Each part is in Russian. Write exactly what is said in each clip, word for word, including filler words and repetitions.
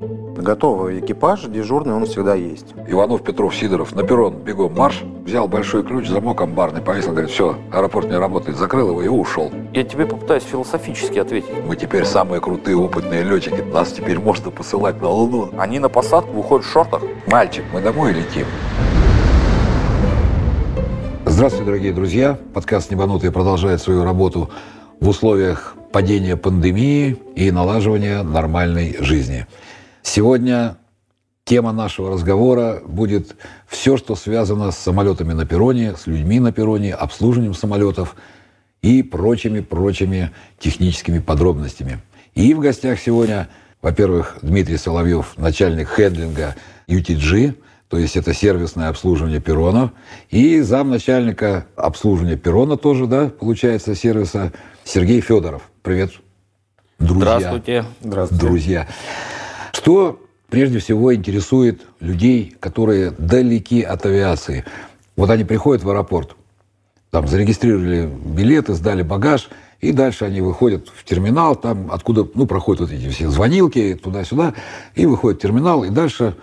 Готовый экипаж, дежурный, он всегда есть. Иванов, Петров, Сидоров, на перрон, бегом, марш. Взял большой ключ, замок амбарный, повесил, говорит, все, аэропорт не работает, закрыл его и ушел. Я тебе попытаюсь философически ответить. Мы теперь самые крутые опытные летчики, нас теперь можно посылать на Луну. Они на посадку выходят в шортах. Мальчик, мы домой летим. Здравствуйте, дорогие друзья. Подкаст «Небанутые» продолжает свою работу в условиях падения пандемии и налаживания нормальной жизни. Сегодня тема нашего разговора будет все, что связано с самолетами на перроне, с людьми на перроне, обслуживанием самолетов и прочими-прочими техническими подробностями. И в гостях сегодня, во-первых, Дмитрий Соловьев, начальник хендлинга ю ти джи, то есть это сервисное обслуживание перронов, и замначальника обслуживания перрона тоже, да, получается, сервиса, Сергей Федоров. Привет, друзья. Здравствуйте. Здравствуйте. Друзья. Что прежде всего интересует людей, которые далеки от авиации? Вот они приходят в аэропорт, там зарегистрировали билеты, сдали багаж, и дальше они выходят в терминал, там откуда, ну, проходят вот эти все звонилки туда-сюда, и выходят в терминал, и дальше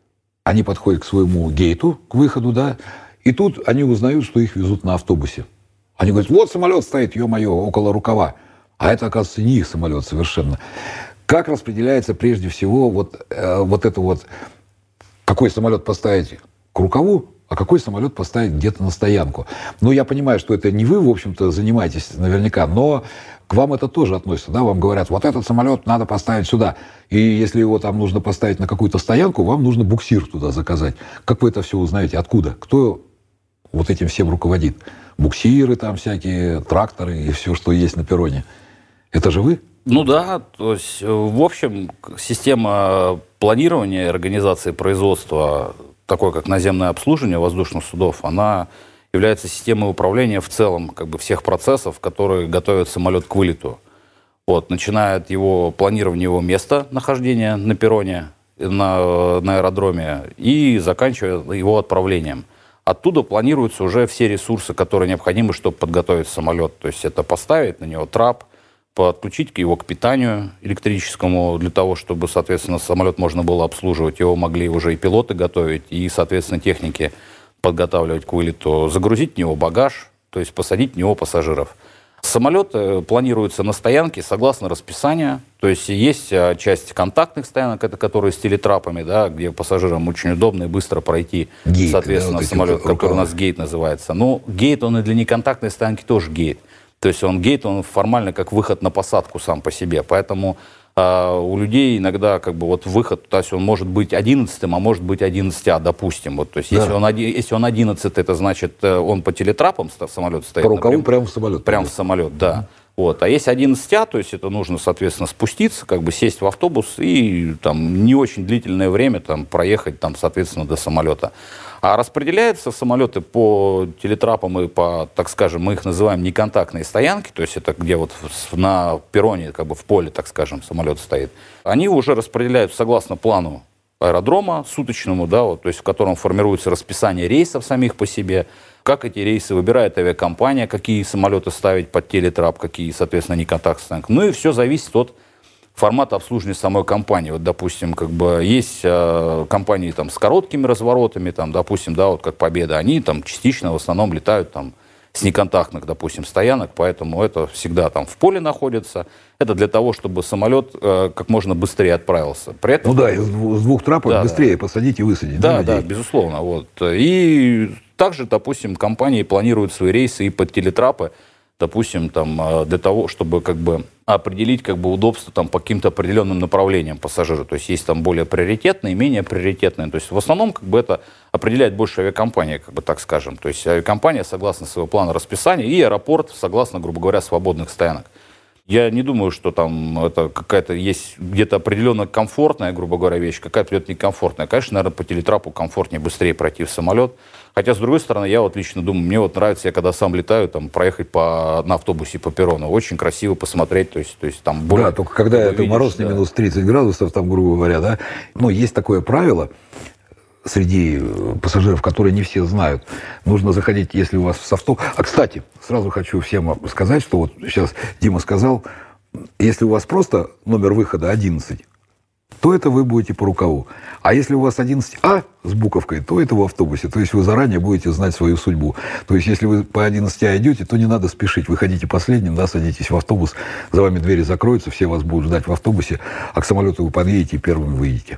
они подходят к своему гейту, к выходу, да, и тут они узнают, что их везут на автобусе. Они говорят, вот самолет стоит, ё-моё, около рукава. А это, оказывается, не их самолет совершенно. Как распределяется прежде всего вот, э, вот это вот, какой самолет поставить к рукаву, а какой самолет поставить где-то на стоянку? Ну, я понимаю, что это не вы, в общем-то, занимаетесь наверняка, но к вам это тоже относится, да? Вам говорят, вот этот самолет надо поставить сюда. И если его там нужно поставить на какую-то стоянку, вам нужно буксир туда заказать. Как вы это все узнаете? Откуда? Кто вот этим всем руководит? Буксиры там всякие, тракторы и все, что есть на перроне. Это же вы? Ну да, то есть, в общем, система планирования и организации производства, такой как наземное обслуживание воздушных судов, она является системой управления в целом как бы всех процессов, которые готовят самолет к вылету. Вот, начиная от его планирования его места нахождения на перроне, на, на аэродроме, и заканчивая его отправлением. Оттуда планируются уже все ресурсы, которые необходимы, чтобы подготовить самолет. То есть это поставить на него трап, подключить его к питанию электрическому для того, чтобы, соответственно, самолет можно было обслуживать. Его могли уже и пилоты готовить, и, соответственно, техники подготавливать к вылету. Загрузить в него багаж, то есть посадить в него пассажиров. Самолет планируется на стоянке согласно расписанию. То есть есть часть контактных стоянок, это которые с телетрапами, да, где пассажирам очень удобно и быстро пройти. Гейт, соответственно, да, вот самолет, рукава. Который у нас гейт называется. Но гейт, он и для неконтактной стоянки тоже гейт. То есть он гейт, он формально как выход на посадку сам по себе. Поэтому э, у людей иногда как бы вот выход, то есть он может быть одиннадцатым, а может быть одиннадцать А, допустим. Вот, то есть да. если, он, если он одиннадцатый, это значит он по телетрапам самолет стоит. По рукаву прямо в самолет. Прямо в самолет, да. Mm-hmm. Вот. А если одиннадцать А, то есть это нужно, соответственно, спуститься, как бы сесть в автобус и там не очень длительное время там проехать, там, соответственно, до самолета. А распределяются самолеты по телетрапам и по, так скажем, мы их называем неконтактные стоянки, то есть это где вот на перроне, как бы в поле, так скажем, самолет стоит. Они уже распределяются согласно плану аэродрома суточному, да, вот, то есть в котором формируется расписание рейсов самих по себе, как эти рейсы выбирает авиакомпания, какие самолеты ставить под телетрап, какие, соответственно, неконтактные стоянки. Ну и все зависит от формата обслуживания самой компании. Вот, допустим, как бы есть э, компании там, с короткими разворотами, там, допустим, да, вот как Победа, они там частично в основном летают там, с неконтактных, допустим, стоянок, поэтому это всегда там в поле находится. Это для того, чтобы самолет э, как можно быстрее отправился. При этом, ну да, с двух трапов да, быстрее да. посадить и высадить. Да, да, безусловно. Вот. И также, допустим, компании планируют свои рейсы и под телетрапы, допустим, там, для того, чтобы как бы определить как бы, удобство там, по каким-то определенным направлениям пассажира. То есть есть там более приоритетные, менее приоритетные. То есть в основном как бы, это определяет больше авиакомпания, как бы так скажем. То есть авиакомпания согласно своего плана расписания и аэропорт согласно, грубо говоря, свободных стоянок. Я не думаю, что там это какая-то есть где-то определенно комфортная, грубо говоря, вещь, какая-то идет некомфортная. Конечно, наверное, по телетрапу комфортнее быстрее пройти в самолет. Хотя, с другой стороны, я вот лично думаю, мне вот нравится, я когда сам летаю, там, проехать по, на автобусе по перрону. Очень красиво посмотреть, то есть, то есть там... Более, да, только когда это видишь, мороз да. не минус тридцать градусов, там, грубо говоря, да. Но есть такое правило среди пассажиров, которые не все знают. Нужно заходить, если у вас в автобус... А, кстати, сразу хочу всем сказать, что вот сейчас Дима сказал, если у вас просто номер выхода одиннадцать, то это вы будете по рукаву. А если у вас одиннадцать А с буковкой, то это в автобусе. То есть вы заранее будете знать свою судьбу. То есть если вы по одиннадцать А идете, то не надо спешить. Вы ходите последним, да, садитесь в автобус, за вами двери закроются, все вас будут ждать в автобусе, а к самолету вы подъедете и первым выйдете.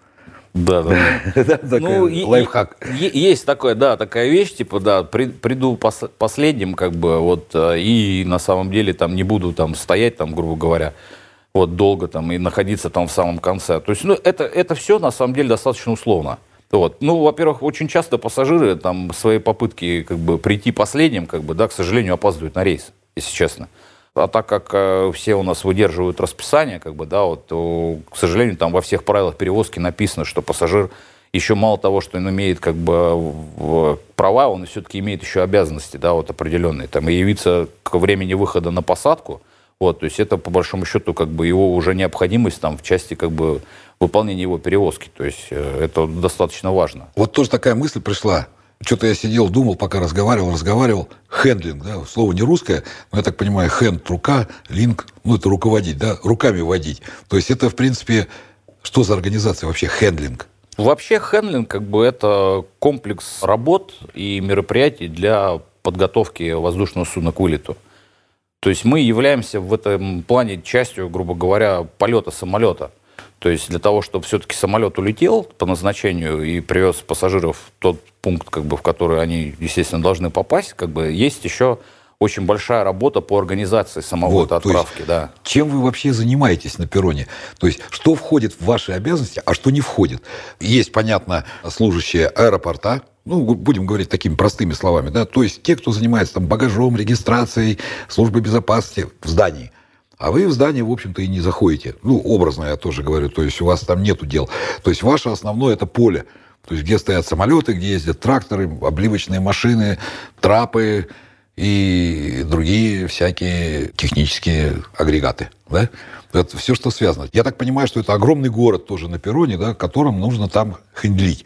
Да, да. Ну, лайфхак. Есть такое, да, такая вещь, типа, да, приду последним, как бы, вот, и на самом деле там не буду там стоять, там, грубо говоря, вот, долго там и находиться там в самом конце. То есть, ну, это, это все на самом деле достаточно условно. Вот. Ну, во-первых, очень часто пассажиры там свои попытки, как бы, прийти последним, как бы, да, к сожалению, опаздывают на рейс, если честно. А так как э, все у нас выдерживают расписание, как бы, да, вот, то, к сожалению, там во всех правилах перевозки написано, что пассажир еще мало того, что он имеет как бы в, права, он все-таки имеет еще обязанности, да, вот определенные. Там, и явиться к времени выхода на посадку, вот, то есть это по большому счету как бы его уже необходимость там в части как бы выполнения его перевозки. То есть э, это достаточно важно. Вот тоже такая мысль пришла. Что-то я сидел, думал, пока разговаривал, разговаривал. Хендлинг, да, слово не русское, но я так понимаю, хенд – рука, линк, ну, это руководить, да, руками водить. То есть это, в принципе, что за организация вообще, хендлинг? Вообще хендлинг, как бы, это комплекс работ и мероприятий для подготовки воздушного судна к вылету. То есть мы являемся в этом плане частью, грубо говоря, полета самолета. То есть для того, чтобы все-таки самолет улетел по назначению и привез пассажиров в тот пункт, как бы, в который они, естественно, должны попасть, как бы, есть еще очень большая работа по организации самого вот, отправки. Есть, да. Чем вы вообще занимаетесь на перроне? То есть что входит в ваши обязанности, а что не входит? Есть, понятно, служащие аэропорта, ну, будем говорить такими простыми словами, да, то есть те, кто занимается там багажом, регистрацией, службой безопасности в здании. А вы в здание, в общем-то, и не заходите. Ну, образно я тоже говорю, то есть у вас там нету дел. То есть ваше основное – это поле. То есть где стоят самолеты, где ездят тракторы, обливочные машины, трапы и другие всякие технические агрегаты. Да? Это все, что связано. Я так понимаю, что это огромный город тоже на перроне, да, которым нужно там хендлить.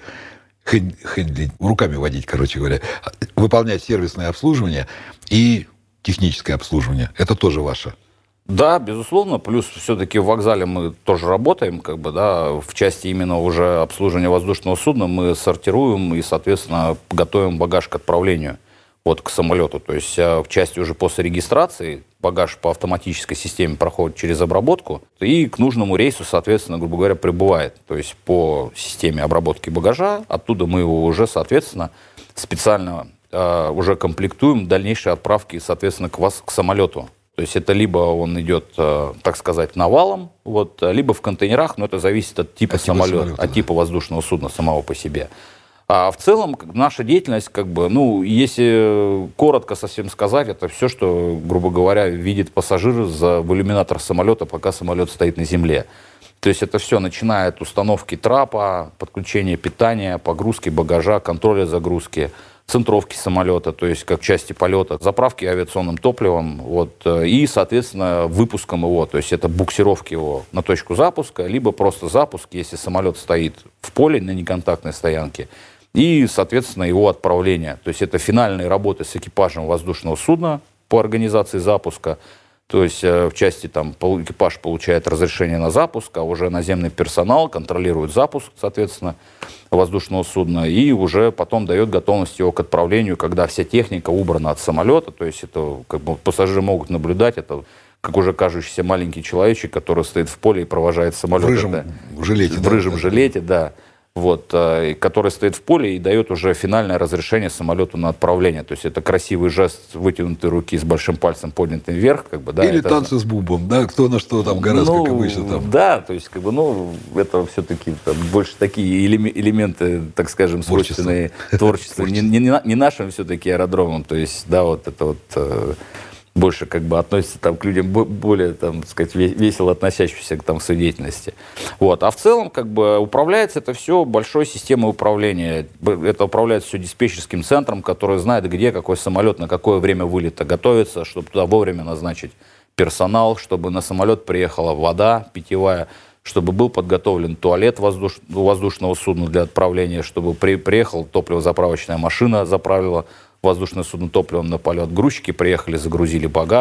Хендлить, руками водить, короче говоря. Выполнять сервисное обслуживание и техническое обслуживание. Это тоже ваше. Да, безусловно. Плюс все-таки в вокзале мы тоже работаем, как бы, да, в части именно уже обслуживания воздушного судна мы сортируем и, соответственно, готовим багаж к отправлению вот, к самолету. То есть в части уже после регистрации багаж по автоматической системе проходит через обработку и к нужному рейсу, соответственно, грубо говоря, прибывает. То есть по системе обработки багажа, оттуда мы его уже, соответственно, специально э, уже комплектуем дальнейшей отправки, соответственно, к вас, к самолету. То есть это либо он идет, так сказать, навалом, вот, либо в контейнерах, но это зависит от типа от самолета, самолета, от да. типа воздушного судна самого по себе. А в целом наша деятельность, как бы, ну, если коротко совсем сказать, это все, что, грубо говоря, видит пассажир за в иллюминатор самолета, пока самолет стоит на земле. То есть это все, начиная от установки трапа, подключения питания, погрузки багажа, контроля загрузки, центровки самолета, то есть как части полета, заправки авиационным топливом, вот, и, соответственно, выпуском его, то есть это буксировки его на точку запуска, либо просто запуск, если самолет стоит в поле на неконтактной стоянке, и, соответственно, его отправление. То есть это финальные работы с экипажем воздушного судна по организации запуска. То есть в части там экипаж получает разрешение на запуск, а уже наземный персонал контролирует запуск, соответственно, воздушного судна, и уже потом дает готовность его к отправлению, когда вся техника убрана от самолета. То есть это как бы пассажиры могут наблюдать, это как уже кажущийся маленький человечек, который стоит в поле и провожает самолет. В рыжем это, жилете. В рыжем да, жилете, да. Вот, который стоит в поле и дает уже финальное разрешение самолету на отправление. То есть это красивый жест вытянутой руки с большим пальцем поднятым вверх. Как бы, да, или это... танцы с бубом, да, кто на что там гораздо, ну, как обычно. Там. Да, то есть как бы, ну, это все-таки там, больше такие элементы, так скажем, свойственные творчеству, не, не, не нашим все-таки аэродромам. То есть, да, вот это вот... больше как бы относится там, к людям более, там, так сказать, весело относящимся к, там, к своей деятельности. Вот. А в целом как бы управляется это все большой системой управления. Это управляется все диспетчерским центром, который знает, где какой самолет, на какое время вылета готовится, чтобы туда вовремя назначить персонал, чтобы на самолет приехала вода питьевая, чтобы был подготовлен туалет воздуш... воздушного судна для отправления, чтобы при... приехала топливозаправочная машина, заправила воздушное судно топливом на полет. Грузчики приехали, загрузили багаж.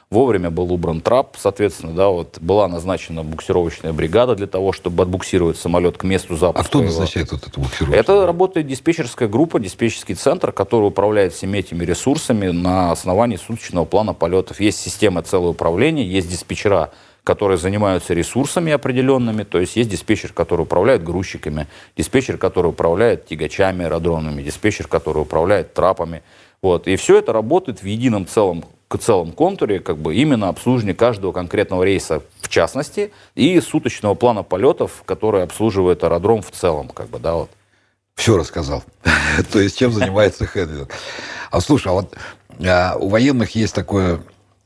вовремя был убран трап, соответственно, да, вот была назначена буксировочная бригада для того, чтобы отбуксировать самолет к месту запуска. А кто его. назначает вот эту буксировку? Это работает диспетчерская группа, диспетчерский центр, который управляет всеми этими ресурсами на основании суточного плана полетов. Есть система целое управления, есть диспетчера, которые занимаются ресурсами определенными, то есть есть диспетчер, который управляет грузчиками, диспетчер, который управляет тягачами аэродромными, диспетчер, который управляет трапами. Вот. И все это работает в едином целом, к целом контуре, как бы именно обслуживание каждого конкретного рейса в частности и суточного плана полетов, который обслуживает аэродром в целом. Как бы, да, вот. Все рассказал. То есть чем занимается хендлер. А слушай, а вот у военных есть такое...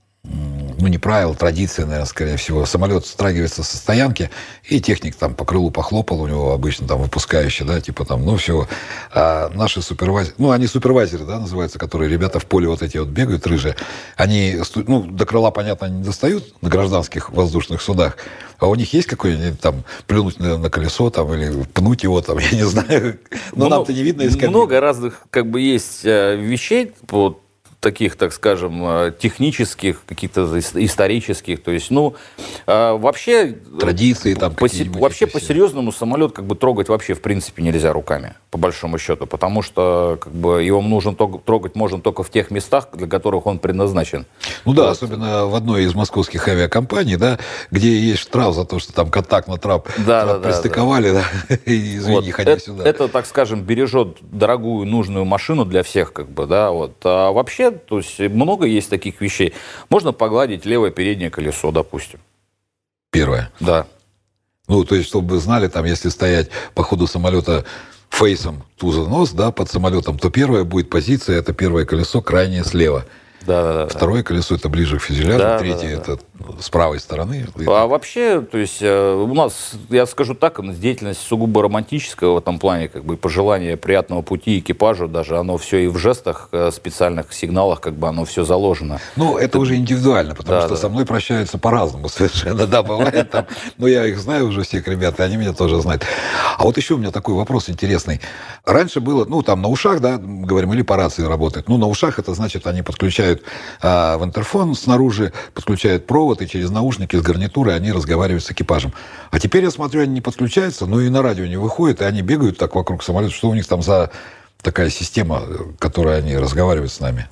ну, не правило, традиция, наверное, скорее всего. Самолет страгивается со стоянки, и техник там по крылу похлопал, у него обычно там выпускающий, да, типа там, ну, все. А наши супервайзеры, ну, они супервайзеры, да, называются, которые ребята в поле вот эти вот бегают, рыжие, они, ну, до крыла, понятно, они не достают на гражданских воздушных судах, а у них есть какой-нибудь там плюнуть на, на колесо там или пнуть его там, я не знаю. Но Много, нам-то не видно из кабины. Много разных, как бы, есть вещей по таких, так скажем, технических, каких-то исторических, то есть, ну, э, вообще... Традиции там по, какие-нибудь. Вообще по-серьезному самолет как бы трогать вообще в принципе нельзя руками, по большому счету, потому что как бы его нужно трогать можно только в тех местах, для которых он предназначен. Ну да, вот. Особенно в одной из московских авиакомпаний, да, где есть штраф за то, что там контакт на трап, да, трап да, пристыковали, да, да. И извини, вот. ходи это, сюда. Это, так скажем, бережет дорогую, нужную машину для всех, как бы, да, вот. А вообще, то есть много есть таких вещей. Можно погладить левое переднее колесо, допустим. Первое. Да. Ну, то есть, чтобы вы знали, там, если стоять по ходу самолета фейсом туза-нос, да, под самолетом, то первая будет позиция, это первое колесо, крайнее слева. Да, да, да. Второе колесо это ближе к фюзеляжу, да, третье да, да. это с правой стороны. А вообще, то есть у нас, я скажу так, деятельность сугубо романтическая в этом плане, как бы пожелание приятного пути экипажу, даже оно все и в жестах, специальных сигналах, как бы оно все заложено. Ну, это, это уже индивидуально, потому да, что да. со мной прощаются по-разному совершенно. Да, бывает там, но я их знаю уже всех ребят, и они меня тоже знают. А вот еще у меня такой вопрос интересный. Раньше было, ну, там на ушах, да, говорим, или по рации работает. Ну, на ушах это значит, они подключают а, в интерфон снаружи, подключают провод, и через наушники с гарнитурой они разговаривают с экипажем. А теперь, я смотрю, они не подключаются, но и на радио не выходят, и они бегают так вокруг самолета. Что у них там за такая система, которой они разговаривают с нами?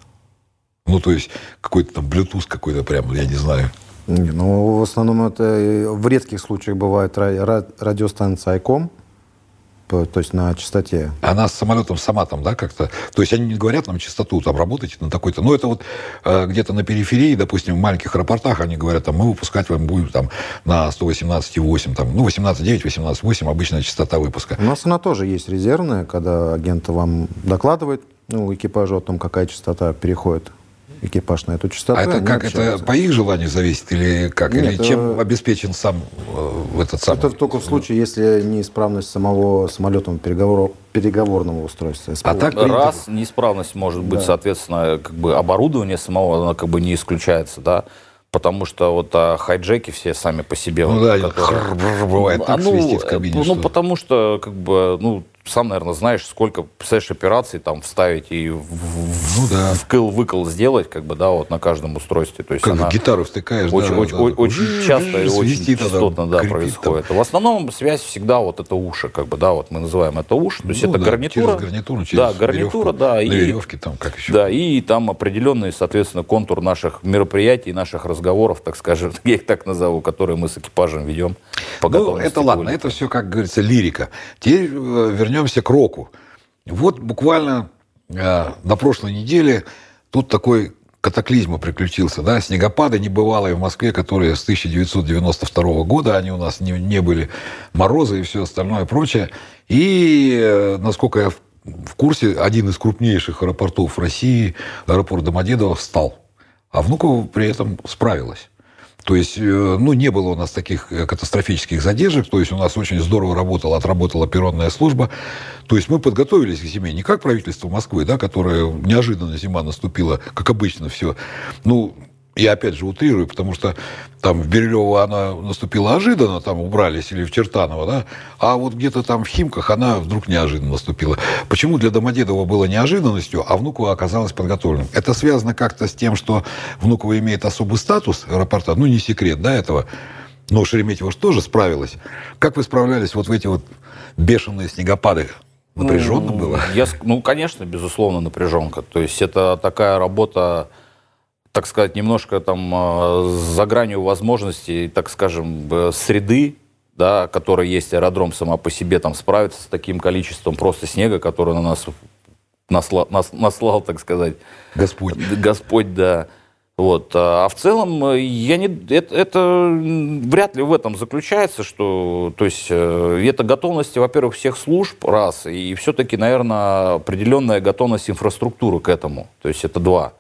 Ну, то есть, какой-то там Bluetooth какой-то прям, я не знаю. Не, ну, в основном это в редких случаях бывает радиостанция Айком, то есть на частоте. Она с самолетом сама там, да, как-то? То есть они не говорят нам частоту, там, работайте на такой-то. Ну, это вот э, где-то на периферии, допустим, в маленьких аэропортах они говорят, там, мы выпускать вам будем там на сто восемнадцать и восемь, там, ну, восемнадцать и девять, восемнадцать и восемь обычная частота выпуска. У нас она тоже есть резервная, когда агент вам докладывает, ну, экипажу о том, какая частота переходит экипаж на эту частоту. А это как, общаются. Это по их желанию зависит или как? Нет, или чем э... обеспечен сам э, этот самый? Это только в случае, если неисправность самого самолетного переговор... переговорного устройства. А так, раз неисправность может быть, да. соответственно, как бы оборудование самого, оно как бы не исключается, да. Потому что вот а, хайджеки все сами по себе... Ну вот, да, которые... бывает так ну, свистит в кабине. Ну, что... потому что, как бы, ну, сам, наверное, знаешь, сколько, представляешь, операций там вставить и в, ну, да. вкл-выкл сделать, как бы, да, вот на каждом устройстве. То есть как она гитару втыкаешь, очень, да, очень, да, очень да. часто и очень частотно, да, крепит, происходит. там. В основном связь всегда вот это уши, как бы, да, вот мы называем это уши. То есть ну, это да, гарнитура. Через гарнитуру, через да, гарнитура, веревку, да. На и, веревке там, как еще. Да, и там определенный, соответственно, контур наших мероприятий, наших разговоров, так скажем, я их так назову, которые мы с экипажем ведем. По ну, это ладно, улицы. Это все, как говорится, лирика. Теперь вернемся к року. Вот буквально э, на прошлой неделе тут такой катаклизм приключился, да, снегопады небывалые в Москве, которые с тысяча девятьсот девяносто второго года, они у нас не, не были, морозы и все остальное прочее. И, э, насколько я в, в курсе, один из крупнейших аэропортов России, аэропорт Домодедово, встал. А Внуково при этом справилась. То есть, ну, не было у нас таких катастрофических задержек, то есть у нас очень здорово работала, отработала перронная служба. То есть мы подготовились к зиме, не как правительство Москвы, да, которое неожиданно зима наступила, как обычно все. Ну, Я опять же утрирую, потому что там в Бирюлево она наступила ожиданно, там убрались, или в Чертаново, да, а вот где-то там в Химках она вдруг неожиданно наступила. Почему для Домодедово было неожиданностью, а Внуково оказалось подготовленным? Это связано как-то с тем, что Внуково имеет особый статус аэропорта, ну, не секрет, да, этого, но Шереметьево же тоже справилась. Как вы справлялись вот в эти вот бешеные снегопады? Напряженно ну, было? Я, ну, конечно, безусловно, напряженка. То есть это такая работа, так сказать, немножко там за гранью возможностей, так скажем, среды, да, которая есть аэродром сама по себе, там справиться с таким количеством просто снега, который на нас наслал, нас, наслал, так сказать. Господь. Господь, да. Вот. А в целом, я не, это, это вряд ли в этом заключается, что, то есть, это готовность, во-первых, всех служб, раз, и все-таки, наверное, определенная готовность инфраструктуры к этому, то есть, это два.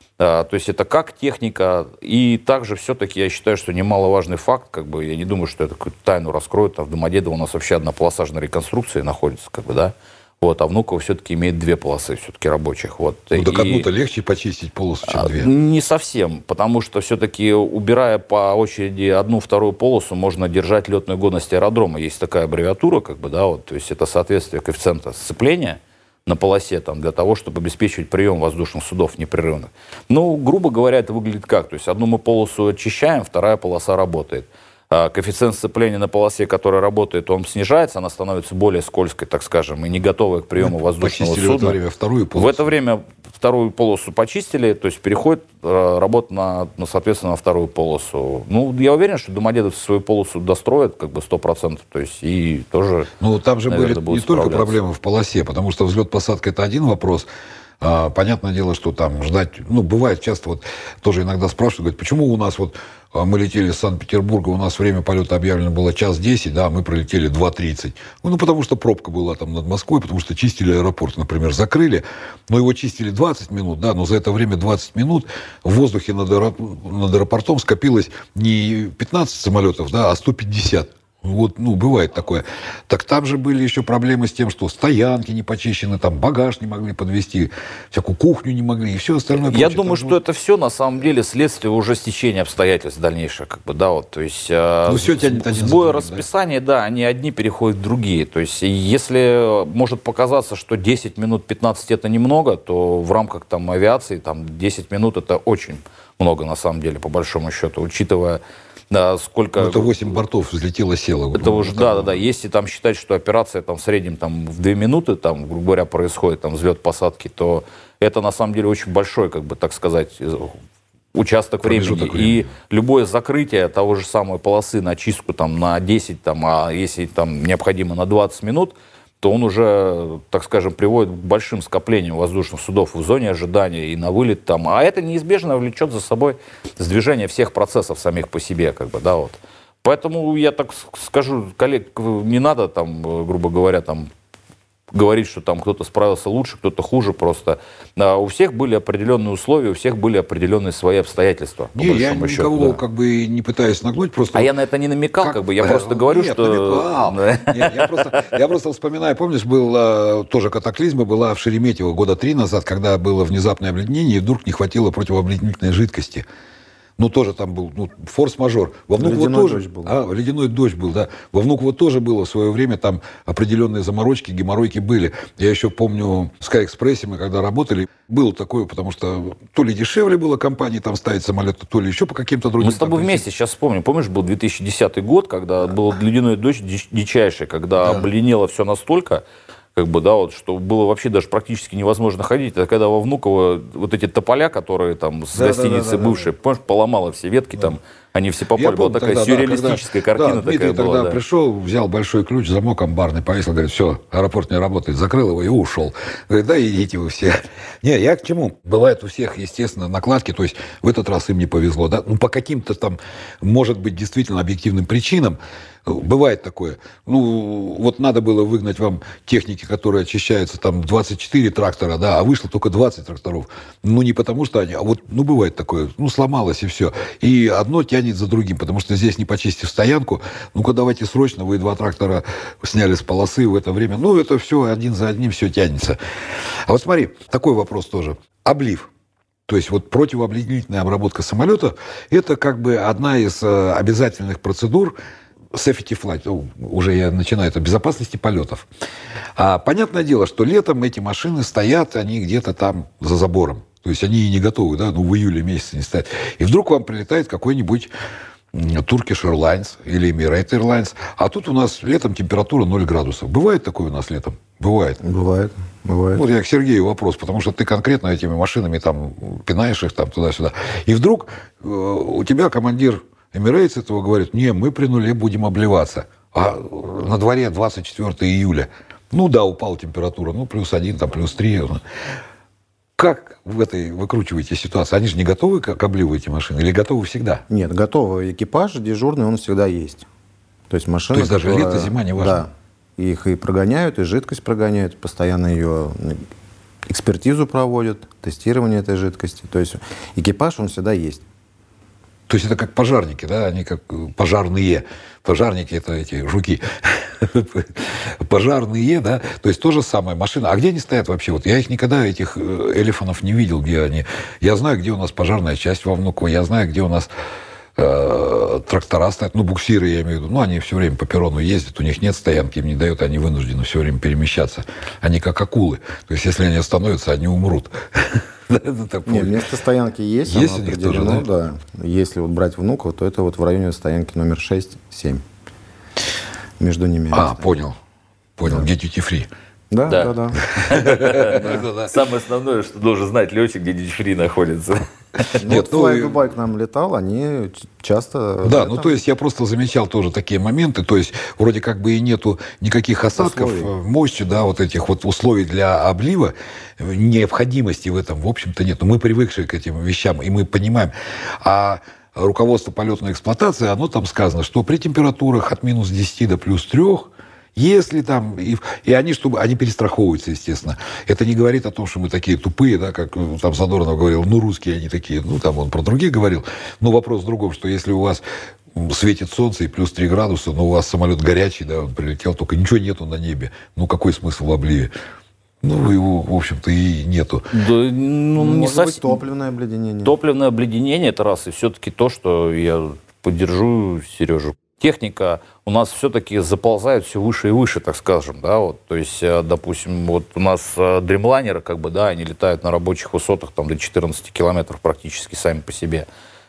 То есть, это как техника, и также все-таки я считаю, что немаловажный факт, как бы, я не думаю, что это какую-то тайну раскроют, там в Домодедово у нас вообще одна полоса на реконструкции находится, как бы, да. Вот, а Внуково все-таки имеет две полосы все-таки рабочих. Вот. Ну, так и... одну-то легче почистить полосу, чем две. Не совсем, потому что все-таки, убирая по очереди одну-вторую полосу, можно держать летную годность аэродрома. Есть такая аббревиатура, как бы, да, вот, то есть это соответствие коэффициента сцепления на полосе там, для того, чтобы обеспечивать прием воздушных судов непрерывно. Ну, грубо говоря, это выглядит как? То есть одну мы полосу очищаем, вторая полоса работает. Коэффициент сцепления на полосе, которая работает, он снижается, она становится более скользкой, так скажем, и не готовой к приему воздушного Почистили судна. в это время вторую полосу. В это время вторую полосу почистили, то есть переходит э, работа на, на, соответственно, на вторую полосу. Ну, я уверен, что домодедовцы свою полосу достроят как бы сто процентов, то есть и тоже, ну, там же наверное, были не только проблемы в полосе, потому что взлет-посадка — это один вопрос. А, понятное дело, что там ждать, ну, бывает часто, вот тоже иногда спрашивают, говорят, почему у нас вот мы летели из Санкт-Петербурга, у нас время полета объявлено было час десять, да, мы пролетели два тридцать. Ну, ну, потому что пробка была там над Москвой, потому что чистили аэропорт, например, закрыли, но его чистили двадцать минут, да, но за это время двадцать минут в воздухе над, аэропортом, над аэропортом скопилось не пятнадцать самолетов, да, а сто пятьдесят. Вот, ну, бывает такое. Так там же были еще проблемы с тем, что стоянки не почищены, там багаж не могли подвезти, всякую кухню не могли, и все остальное. Я прочее. думаю, там, что вот... это все на самом деле следствие уже стечения обстоятельств дальнейшего, как бы, да, вот, то есть ну, все тянет один сбои расписания, да? да, они одни переходят в другие, то есть если может показаться, что десять минут, пятнадцать это немного, то в рамках там авиации там десять минут это очень много на самом деле, по большому счету, учитывая да, сколько... Ну, это восемь бортов взлетело, село. Это уже, да, да, да. Если там считать, что операция там в среднем там, в две минуты, там, грубо говоря, происходит там взлет, посадки, то это на самом деле очень большой, как бы, так сказать, участок времени. времени. И любое закрытие того же самой полосы на чистку там, на десять, там, а если там необходимо на двадцать минут, то он уже, так скажем, приводит к большим скоплениям воздушных судов в зоне ожидания и на вылет там. А это неизбежно влечет за собой сдвижение всех процессов самих по себе, как бы, да, вот. Поэтому я так скажу, коллег, не надо там, грубо говоря, там, говорить, что там кто-то справился лучше, кто-то хуже просто. А у всех были определенные условия, у всех были определенные свои обстоятельства. Не, я никого счету, да. как бы не пытаюсь нагнуть, просто... А я на это не намекал, как, как бы, я а, просто говорю, нет, что... Нет, я, просто, я просто вспоминаю, помнишь, был тоже катаклизма, была в Шереметьево года три назад, когда было внезапное обледенение, и вдруг не хватило противообледенительной жидкости. Ну, тоже там был ну, форс-мажор. Во Внуково тоже... Дождь был. А, ледяной дождь был, да. Во Внуково тоже было в свое время, там определенные заморочки, геморройки были. Я еще помню, в Sky-экспрессе мы когда работали, было такое, потому что то ли дешевле было компании там ставить самолеты, то ли еще по каким-то другим... Мы с тобой вместе сейчас вспомним. Помнишь, был две тысячи десятый год, когда был ледяной дождь дичайший, когда да. обледенело все настолько... Как бы, да, вот, что было вообще даже практически невозможно ходить. Это когда во Внуково вот эти тополя, которые там с да, гостиницы да, да, бывшей, да, помнишь, поломало все ветки да. там, они все попали. Была такая тогда, сюрреалистическая да, картина. Да, Дмитрий такая тогда была, да. пришел, взял большой ключ, замок амбарный, повесил, говорит, все, аэропорт не работает, закрыл его и ушел. Говорит, да идите вы все. Не, я к чему? Бывает у всех, естественно, накладки, то есть в этот раз им не повезло, да, ну по каким-то там, может быть, действительно объективным причинам, бывает такое. Ну, вот надо было выгнать вам техники, которые очищаются, там, двадцать четыре трактора, да, а вышло только двадцать тракторов. Ну, не потому что они, а вот, ну, бывает такое, ну, сломалось и все. И одно тянет за другим, потому что здесь, не почистив стоянку, ну-ка, давайте срочно, вы два трактора сняли с полосы в это время. Ну, это все один за одним, все тянется. А вот смотри, такой вопрос тоже. Облив. То есть вот противообледенительная обработка самолета – это как бы одна из э, обязательных процедур safety flight, ну, уже я начинаю, это безопасности полетов. А понятное дело, что летом эти машины стоят, они где-то там за забором. То есть они и не готовы, да, ну в июле месяце не стоят. И вдруг вам прилетает какой-нибудь Turkish Airlines или Emirates Airlines, а тут у нас летом температура ноль градусов. Бывает такое у нас летом? Бывает. Бывает. Бывает. Вот я к Сергею вопрос, потому что ты конкретно этими машинами там пинаешь их там туда-сюда. И вдруг э, у тебя командир Emirates этого говорит: не, мы при нуле будем обливаться. А на дворе двадцать четвёртого июля. Ну да, упала температура, ну плюс один, там плюс три. Как в этой выкручиваете ситуацию? Они же не готовы к обливу эти машины или готовы всегда? Нет, готовый экипаж, дежурный, он всегда есть. То есть машина, То есть даже которая... лето, зима, не важно? Да. Их и прогоняют, и жидкость прогоняют, постоянно ее экспертизу проводят, тестирование этой жидкости. То есть экипаж, он всегда есть. То есть это как пожарники, да? Они как пожарные. Пожарники — это эти жуки. Пожарные, да? То есть то же самое. Машина. А где они стоят вообще? Вот я их никогда, этих элефантов, не видел, где они. Я знаю, где у нас пожарная часть во Внуково. Я знаю, где у нас э, трактора стоят. Ну, буксиры, я имею в виду. Ну, они все время по перрону ездят. У них нет стоянки, им не дают. Они вынуждены все время перемещаться. Они как акулы. То есть если они остановятся, они умрут. Нет, место стоянки есть, есть оно у них определено, тоже, да? да. Если вот брать Внуково, то это вот в районе стоянки номер шесть-семь. Между ними. А, место. понял. Понял, Да. где duty-free. Да, Да. да, да. Самое основное, что должен знать летчик, где дьюти-фри находится. Нет, Вот ну, Fly и- Dubai к нам летал, они часто... Да, это- ну то есть я просто замечал тоже такие моменты, то есть вроде как бы и нету никаких осадков, Условий. э, мощи, да, вот этих вот условий для облива, э, необходимости в этом, в общем-то, нет. Но мы привыкшие к этим вещам, и мы понимаем. А руководство полетной эксплуатации, оно там сказано, что при температурах от минус десяти до плюс трех, если там... И, и они, чтобы, они перестраховываются, естественно. Это не говорит о том, что мы такие тупые, да, как э, там Задорнов говорил, ну, русские они такие, ну, там он про других говорил. Но вопрос в другом, что если у вас м, светит солнце и плюс три градуса, но у вас самолет горячий, да, он прилетел, только ничего нету на небе, ну, какой смысл в обливе? Ну, его, в общем-то, и нету. Да, ну, не Может быть, совсем. топливное обледенение. Топливное обледенение — это раз. И все-таки то, что я поддержу Сережу. Техника у нас все-таки заползает все выше и выше, так скажем, да, вот, то есть, допустим, вот у нас дримлайнеры, как бы, да, они летают на рабочих высотах там до четырнадцати километров практически сами по себе.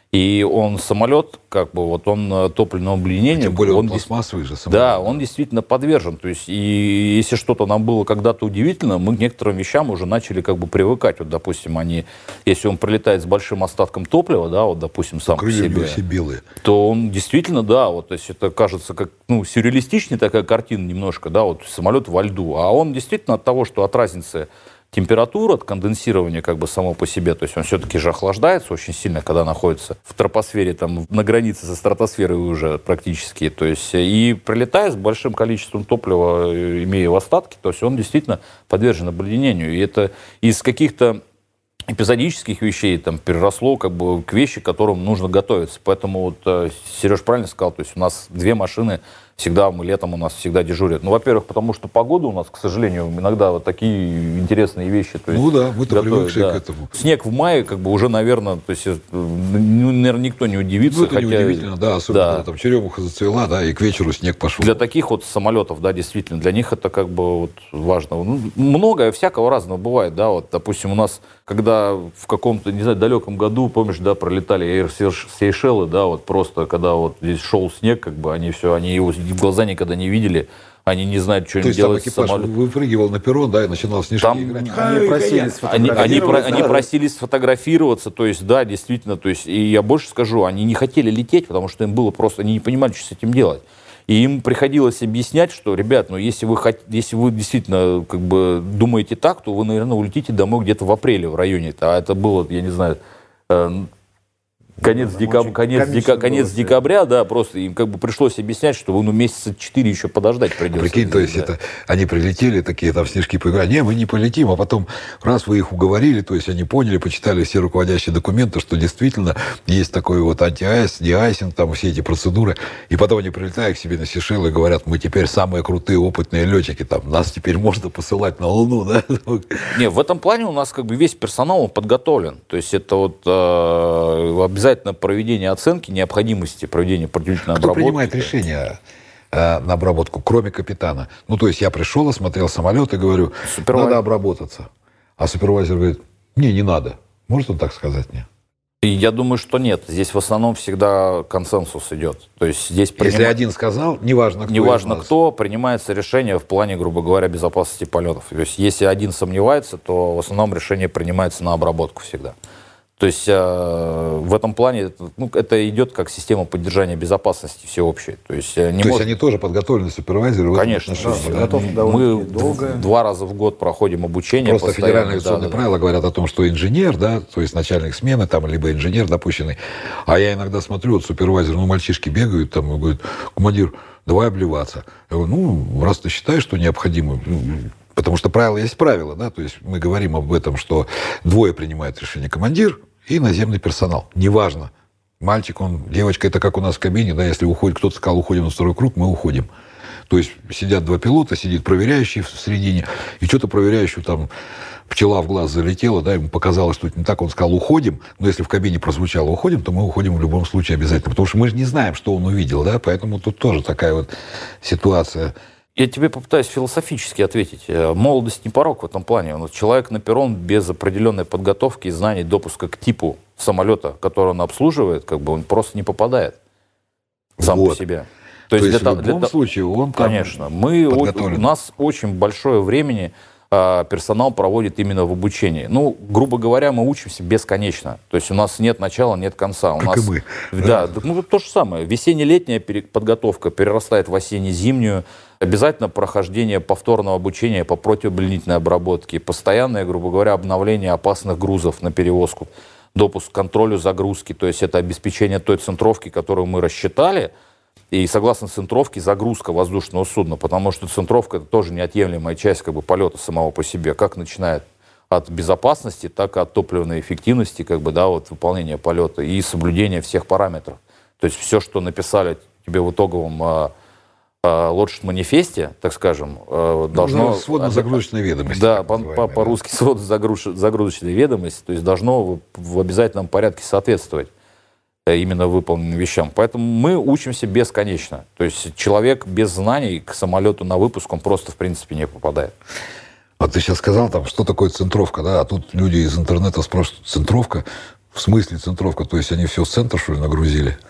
И он самолет, как бы, вот он топливного обледенения... Тем более он, он пластмассовый же самолет. Да, он действительно подвержен. То есть, и если что-то нам было когда-то удивительно, мы к некоторым вещам уже начали как бы привыкать. Вот, допустим, они, если он прилетает с большим остатком топлива, да, вот, допустим, сам по Крылья у себе, него все белые. то он действительно, да, вот, то есть это кажется как, ну, сюрреалистичная такая картина немножко, да, вот самолет во льду. А он действительно от того, что от разницы температура, от конденсирования как бы само по себе, то есть он все-таки же охлаждается очень сильно, когда находится в тропосфере, там, на границе со стратосферой уже практически, то есть, и прилетая с большим количеством топлива, имея в остатке, то есть он действительно подвержен обледенению. И это из каких-то эпизодических вещей там переросло как бы к вещи, к которым нужно готовиться. Поэтому вот э, Сереж правильно сказал, то есть у нас две машины всегда, мы летом у нас всегда дежурят. Ну, во-первых, потому что погода у нас, к сожалению, иногда вот такие интересные вещи. То есть, Ну да, мы-то готовят, привыкшие да. к этому. Снег в мае, как бы уже, наверное, то есть, э, ну, наверное, никто не удивится. Ну, это хотя, неудивительно, да, особенно да. когда там черемуха зацвела, да, и к вечеру снег пошел. Для таких вот самолетов, да, действительно, для них это как бы вот важно. Ну, многое всякого разного бывает, да, вот, допустим, у нас, когда в каком-то, не знаю, далеком году, помнишь, да, пролетали Air Сейшелы, да, вот просто, когда вот здесь шел снег, как бы они все, они его в глаза никогда не видели, они не знают, что То им есть там делать с экипаж самолетом. выпрыгивал на перрон, да, и начинал снежки Там играть. Они Хай, просили хай, Они, они, про- сфотографироваться. они просили сфотографироваться, то есть, да, действительно, то есть, и я больше скажу, они не хотели лететь, потому что им было просто, они не понимали, что с этим делать. И им приходилось объяснять, что, ребят, ну, если вы, хот... если вы действительно как бы думаете так, то вы, наверное, улетите домой где-то в апреле в районе. А это было, я не знаю, э, Конец, декаб... конец, дека... конец декабря, да, просто им как бы пришлось объяснять, что ну, месяца четыре еще подождать придется. Прикинь, то есть да. это они прилетели, такие там снежки поиграли, не, мы не полетим, а потом раз вы их уговорили, то есть они поняли, почитали все руководящие документы, что действительно есть такой вот анти-айс, деайсинг, там все эти процедуры, и потом они прилетают к себе на Сейшелы и говорят, мы теперь самые крутые опытные летчики, там, нас теперь можно посылать на Луну, да? Не, в этом плане у нас как бы весь персонал он подготовлен, то есть это вот э, обязательно проведение оценки необходимости проведения предварительной Кто обработки. принимает решение э, на обработку, кроме капитана? Ну, то есть я пришел, осмотрел самолет и говорю, Супервайзер. Надо обработаться. А супервайзер говорит, не, не надо. Может он так сказать мне? И я думаю, что нет. Здесь в основном всегда консенсус идет. То есть здесь приним... Если один сказал, неважно кто. Неважно кто, принимается решение в плане, грубо говоря, безопасности полетов. То есть если один сомневается, то в основном решение принимается на обработку всегда. То есть э, в этом плане ну, это идет как система поддержания безопасности всеобщей. То есть, не То может... есть они тоже подготовлены, супервайзеры? Конечно. Да, да. Мы долго. два раза в год проходим обучение. Просто федеральные авиационные да, правила да. говорят о том, что инженер, да, то есть начальник смены, там, либо инженер допущенный. А я иногда смотрю, вот супервайзер, ну, мальчишки бегают, там, и говорят, командир, давай обливаться. Я говорю, ну, раз ты считаешь, что необходимо... Потому что правило есть правило, да, то есть мы говорим об этом, что двое принимают решение, командир и наземный персонал. Неважно, мальчик он, девочка, это как у нас в кабине, да, если уходит, кто-то сказал, уходим на второй круг, мы уходим. То есть сидят два пилота, сидит проверяющий в середине, и что-то проверяющий там, пчела в глаз залетела, да, ему показалось, что это не так, он сказал, уходим, но если в кабине прозвучало уходим, то мы уходим в любом случае обязательно, потому что мы же не знаем, что он увидел, да, поэтому тут тоже такая вот ситуация. Я тебе попытаюсь философически ответить. Молодость не порок в этом плане. Человек на перрон без определенной подготовки и знаний допуска к типу самолета, который он обслуживает, как бы он просто не попадает сам вот. по себе. То, То есть, есть для, в любом для... случае он Конечно. Мы, у нас очень большое времени э, персонал проводит именно в обучении. Ну, грубо говоря, мы учимся бесконечно. То есть у нас нет начала, нет конца. У как нас, и мы. Да, да. Ну, то же самое. Весенне-летняя подготовка перерастает в осенне-зимнюю. Обязательно прохождение повторного обучения по противоблинительной обработке, постоянное, грубо говоря, обновление опасных грузов на перевозку, допуск к контролю загрузки, то есть это обеспечение той центровки, которую мы рассчитали, и согласно центровке загрузка воздушного судна, потому что центровка — это тоже неотъемлемая часть как бы, полета самого по себе, как начинает от безопасности, так и от топливной эффективности, как бы, да, вот, выполнения полета и соблюдения всех параметров. То есть все, что написали тебе в итоговом лодж-манифесте, так скажем, должно... Ну, сводно-загрузочная ведомость. Да, по-русски да. сводно-загрузочная ведомость, то есть должно в обязательном порядке соответствовать именно выполненным вещам. Поэтому мы учимся бесконечно. То есть человек без знаний к самолету на выпуск, он просто в принципе не попадает. А ты сейчас сказал, там, что такое центровка, да? А тут люди из интернета спрашивают, центровка? В смысле центровка? То есть они все в центр, что ли, нагрузили?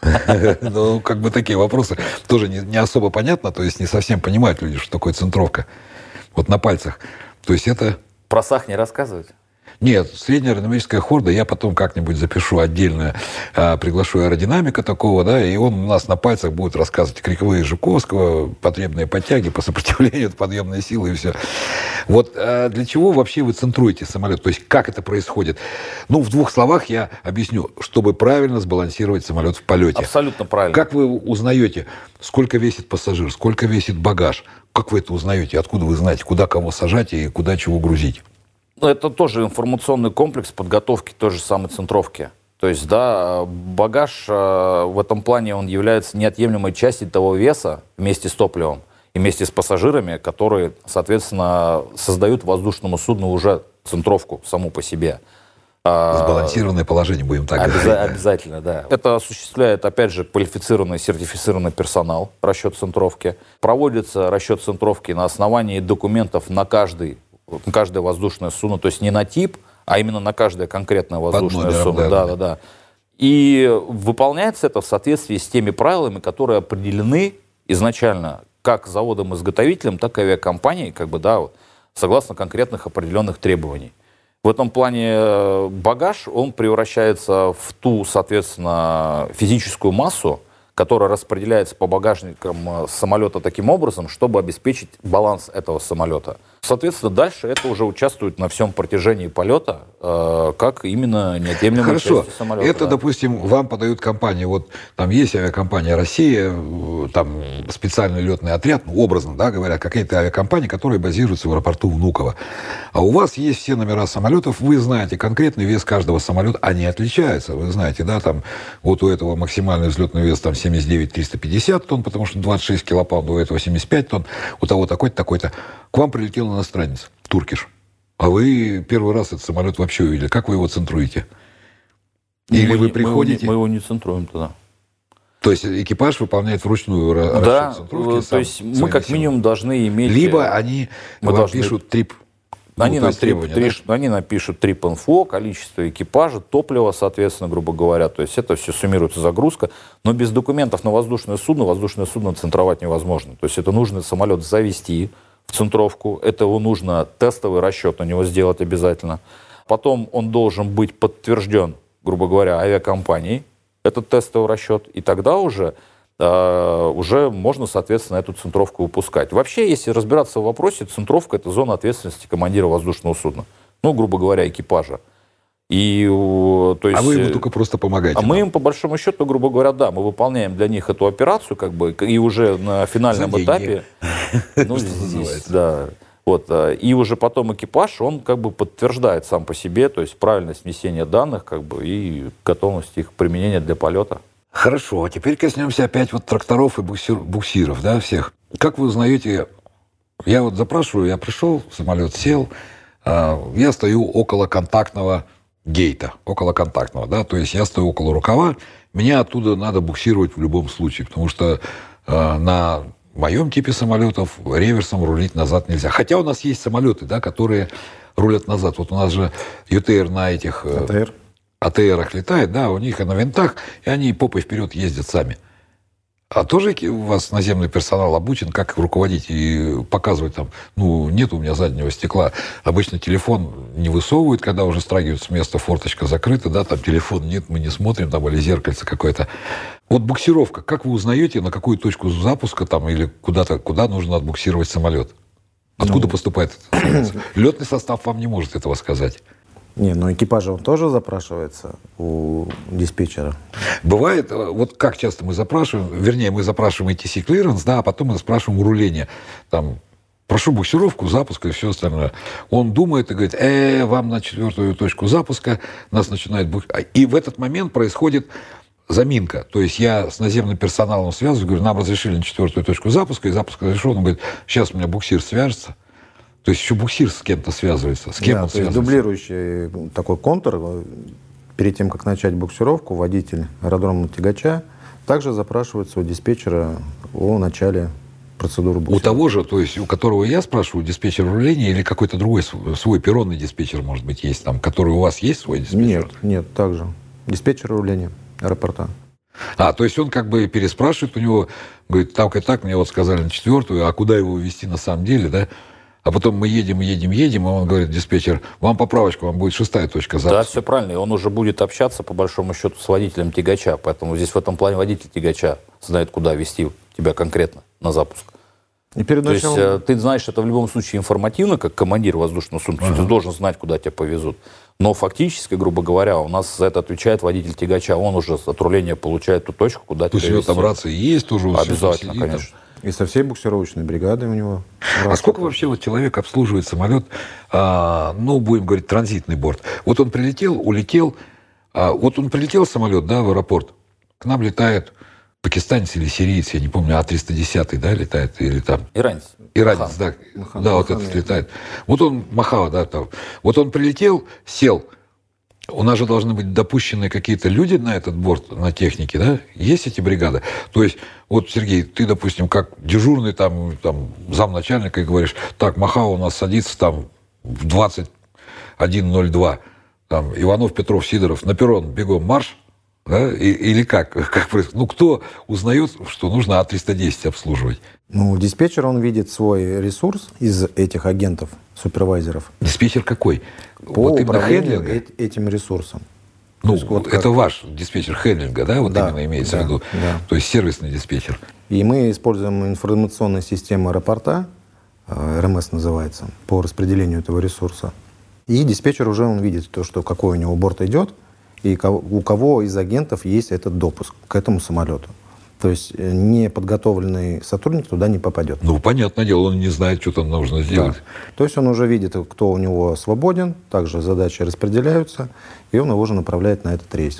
Ну, как бы такие вопросы тоже не, не особо понятно, то есть не совсем понимают люди, что такое центровка. Вот на пальцах. То есть это... Про САХ не рассказывать? Нет, средняя аэродинамическая хорда, я потом как-нибудь запишу отдельно, а, приглашу аэродинамика такого, да, и он у нас на пальцах будет рассказывать криковые Жуковского, потребные подтяги по сопротивлению, подъемные силы и все. Вот а для чего вообще вы центруете самолет? То есть как это происходит? Ну, в двух словах я объясню, чтобы правильно сбалансировать самолет в полете. Абсолютно правильно. Как вы узнаете, сколько весит пассажир, сколько весит багаж? Как вы это узнаете? Откуда вы знаете, куда кого сажать и куда чего грузить? Это тоже информационный комплекс подготовки той же самой центровки. То есть, да, багаж в этом плане он является неотъемлемой частью того веса вместе с топливом и вместе с пассажирами, которые, соответственно, создают воздушному судну уже центровку саму по себе. Сбалансированное положение, будем так Обяза- говорить. Обязательно, да. Это осуществляет, опять же, квалифицированный, сертифицированный персонал, расчет центровки. Проводится расчет центровки на основании документов на каждый каждое воздушное судно, то есть не на тип, а именно на каждое конкретное воздушное номером, судно. Да, да, да. И выполняется это в соответствии с теми правилами, которые определены изначально как заводом-изготовителем, так и авиакомпанией, как бы, да, согласно конкретных определенных требований. В этом плане багаж, он превращается в ту, соответственно, физическую массу, которая распределяется по багажникам самолета таким образом, чтобы обеспечить баланс этого самолета. Соответственно, дальше это уже участвует на всем протяжении полета, э, как именно неотъемлемая часть самолета. Это, да. допустим, вам подают компании. Вот там есть авиакомпания «Россия», там специальный летный отряд, ну, образно, да, говорят, какие-то авиакомпании, которые базируются в аэропорту Внуково. А у вас есть все номера самолетов, вы знаете конкретный вес каждого самолета, они отличаются, вы знаете, да, там вот у этого максимальный взлетный вес там семьдесят девять тысяч триста пятьдесят тонн, потому что двадцать шесть килопаунд, у этого семьдесят пять тонн, у того такой-то, такой-то. К вам прилетел иностранец, туркиш, а вы первый раз этот самолет вообще увидели. Как вы его центруете? Или мы, вы приходите... Мы, мы его не центруем тогда. То есть экипаж выполняет вручную да, расчет центровки? Да, то есть мы как силы. минимум должны иметь... Либо они мы вам должны... пишут трип... Они, ну, нам трип, трип, да? они напишут трип-инфо, количество экипажа, топлива, соответственно, грубо говоря. То есть это все суммируется загрузка. Но без документов на воздушное судно воздушное судно центровать невозможно. То есть это нужно самолет завести в центровку. Это его нужно тестовый расчет на него сделать обязательно. Потом он должен быть подтвержден, грубо говоря, авиакомпанией, этот тестовый расчет. И тогда уже... уже можно, соответственно, эту центровку выпускать. Вообще, если разбираться в вопросе, центровка — это зона ответственности командира воздушного судна. Ну, грубо говоря, экипажа. И, то есть, а вы ему только просто помогаете? А нам? Мы им, по большому счету, грубо говоря, да, мы выполняем для них эту операцию, как бы, и уже на финальном этапе... Ну, здесь, да. Вот, и уже потом экипаж, он как бы подтверждает сам по себе, то есть правильность внесения данных, как бы, и готовность их применения для полета. Хорошо, а теперь коснемся опять вот тракторов и буксир, буксиров, да, всех. Как вы узнаете, я вот запрашиваю, я пришел, самолет сел, э, я стою около контактного гейта, около контактного, да, то есть я стою около рукава, меня оттуда надо буксировать в любом случае, потому что э, на моем типе самолетов реверсом рулить назад нельзя. Хотя у нас есть самолеты, да, которые рулят назад. Вот у нас же ю ти эр на этих... Э, АТР. АТРах летает, да, у них и на винтах, и они попой вперед ездят сами. А тоже у вас наземный персонал обучен, как руководить и показывать там, ну, нет у меня заднего стекла. Обычно телефон не высовывают, когда уже страгивают с места, форточка закрыта, да, там телефон нет, мы не смотрим, там, или зеркальце какое-то. Вот буксировка, как вы узнаете, на какую точку запуска там или куда-то, куда нужно отбуксировать самолет? Откуда ну... поступает это? Летный состав вам не может этого сказать. Не, но экипажа он тоже запрашивается у диспетчера. Бывает, вот как часто мы запрашиваем, вернее, мы запрашиваем эй ти си clearance, да, а потом мы спрашиваем уруление. Там, прошу буксировку, запуск и все остальное. Он думает и говорит, э, вам на четвертую точку запуска, нас начинает буксировать. И в этот момент происходит заминка. То есть я с наземным персоналом связываюсь, говорю, нам разрешили на четвертую точку запуска, и запуск разрешен. Он говорит, сейчас у меня буксир свяжется. То есть еще буксир с кем-то связывается. С кем да, он то есть дублирующий такой контур. Перед тем, как начать буксировку, водитель аэродромного тягача также запрашивается у диспетчера о начале процедуры буксировки. У того же, то есть у которого я спрашиваю, диспетчер руления или какой-то другой свой перронный диспетчер, может быть, есть там, который у вас есть свой диспетчер? Нет, нет, также. Диспетчер руления аэропорта. А, то есть он как бы переспрашивает у него, говорит, так и так, мне вот сказали на четвертую, а куда его везти на самом деле, да? А потом мы едем, едем, едем, и он говорит, диспетчер, вам поправочка, вам будет шестая точка запуска. Да, все правильно. И он уже будет общаться, по большому счету, с водителем тягача. Поэтому здесь в этом плане водитель тягача знает, куда везти тебя конкретно на запуск. И перед То началом... есть ты знаешь это в любом случае информативно, как командир воздушного судна. Ага. Ты должен знать, куда тебя повезут. Но фактически, грубо говоря, у нас за это отвечает водитель тягача. Он уже от руления получает ту точку, куда тебя везти. То есть у него там рации есть тоже? Обязательно, сидит, конечно. Там. И со всей буксировочной бригадой у него. А сколько вообще вот человек обслуживает самолет, а, ну, будем говорить, транзитный борт? Вот он прилетел, улетел, а, вот он прилетел самолет, да, в аэропорт, к нам летает пакистанец или сириец, я не помню, А триста десять, да, летает, или там... Иранец. Иранец, да, Махан, да, вот Махан, этот летает. Вот он, Махава, да, там. Вот он прилетел, сел. У нас же должны быть допущены какие-то люди на этот борт, на технике, да? Есть эти бригады? То есть, вот, Сергей, ты, допустим, как дежурный там, там замначальника, и говоришь, так, Махава у нас садится там в двадцать один ноль два, там, Иванов, Петров, Сидоров, на перрон, бегом, марш, да? И, или как? как? Ну, кто узнает, что нужно А триста десять обслуживать? Ну, диспетчер, он видит свой ресурс из этих агентов, супервайзеров. Диспетчер какой? По вот управлению этим ресурсом. Ну, есть, вот это как... ваш диспетчер хендлинга, да, вот да, именно имеется да, в виду? Да. То есть сервисный диспетчер. И мы используем информационную систему аэропорта, эр эм эс называется, по распределению этого ресурса. И диспетчер уже он видит то, что какой у него борт идет, и у кого из агентов есть этот допуск к этому самолету. То есть неподготовленный сотрудник туда не попадет. Ну, понятное дело, он не знает, что там нужно сделать. Да. То есть он уже видит, кто у него свободен, также задачи распределяются, и он его уже направляет на этот рейс.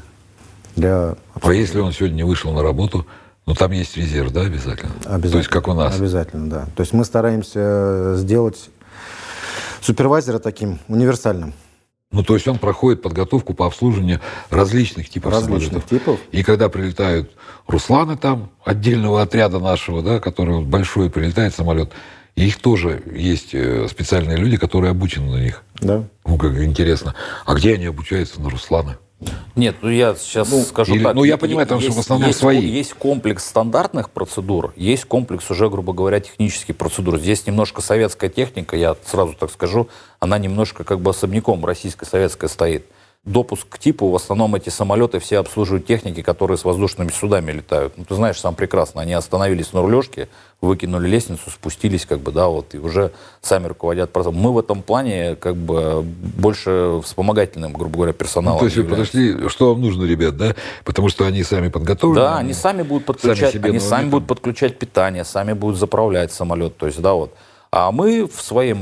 Для а если он сегодня не вышел на работу, ну, там есть резерв, да, обязательно? Обязательно. То есть, как у нас? Обязательно, да. То есть мы стараемся сделать супервайзера таким универсальным. Ну, то есть он проходит подготовку по обслуживанию различных типов различных самолетов. типов. И когда прилетают Русланы там, отдельного отряда нашего, да, который большой, прилетает самолет, и их тоже есть специальные люди, которые обучены на них. Да. Ну, как интересно. А где они обучаются на Русланы? Нет, ну я сейчас ну, скажу или, так. Ну, я понимаю, там, есть, что в основном есть, свои. Есть комплекс стандартных процедур, есть комплекс уже, грубо говоря, технических процедур. Здесь немножко советская техника, я сразу так скажу, она немножко как бы особняком российско-советская стоит. Допуск к типу, в основном эти самолеты все обслуживают техники, которые с воздушными судами летают. Ну, ты знаешь сам прекрасно, они остановились на рулежке, выкинули лестницу, спустились, как бы, да, вот, и уже сами руководят процессом. Мы в этом плане, как бы, больше вспомогательным, грубо говоря, персоналом. Ну, то есть вы подошли, что вам нужно, ребят, да? Потому что они сами подготовлены. Да, они сами будут подключать, сами, они сами будут подключать питание, сами будут заправлять самолет, то есть, да, вот. А мы в, своем,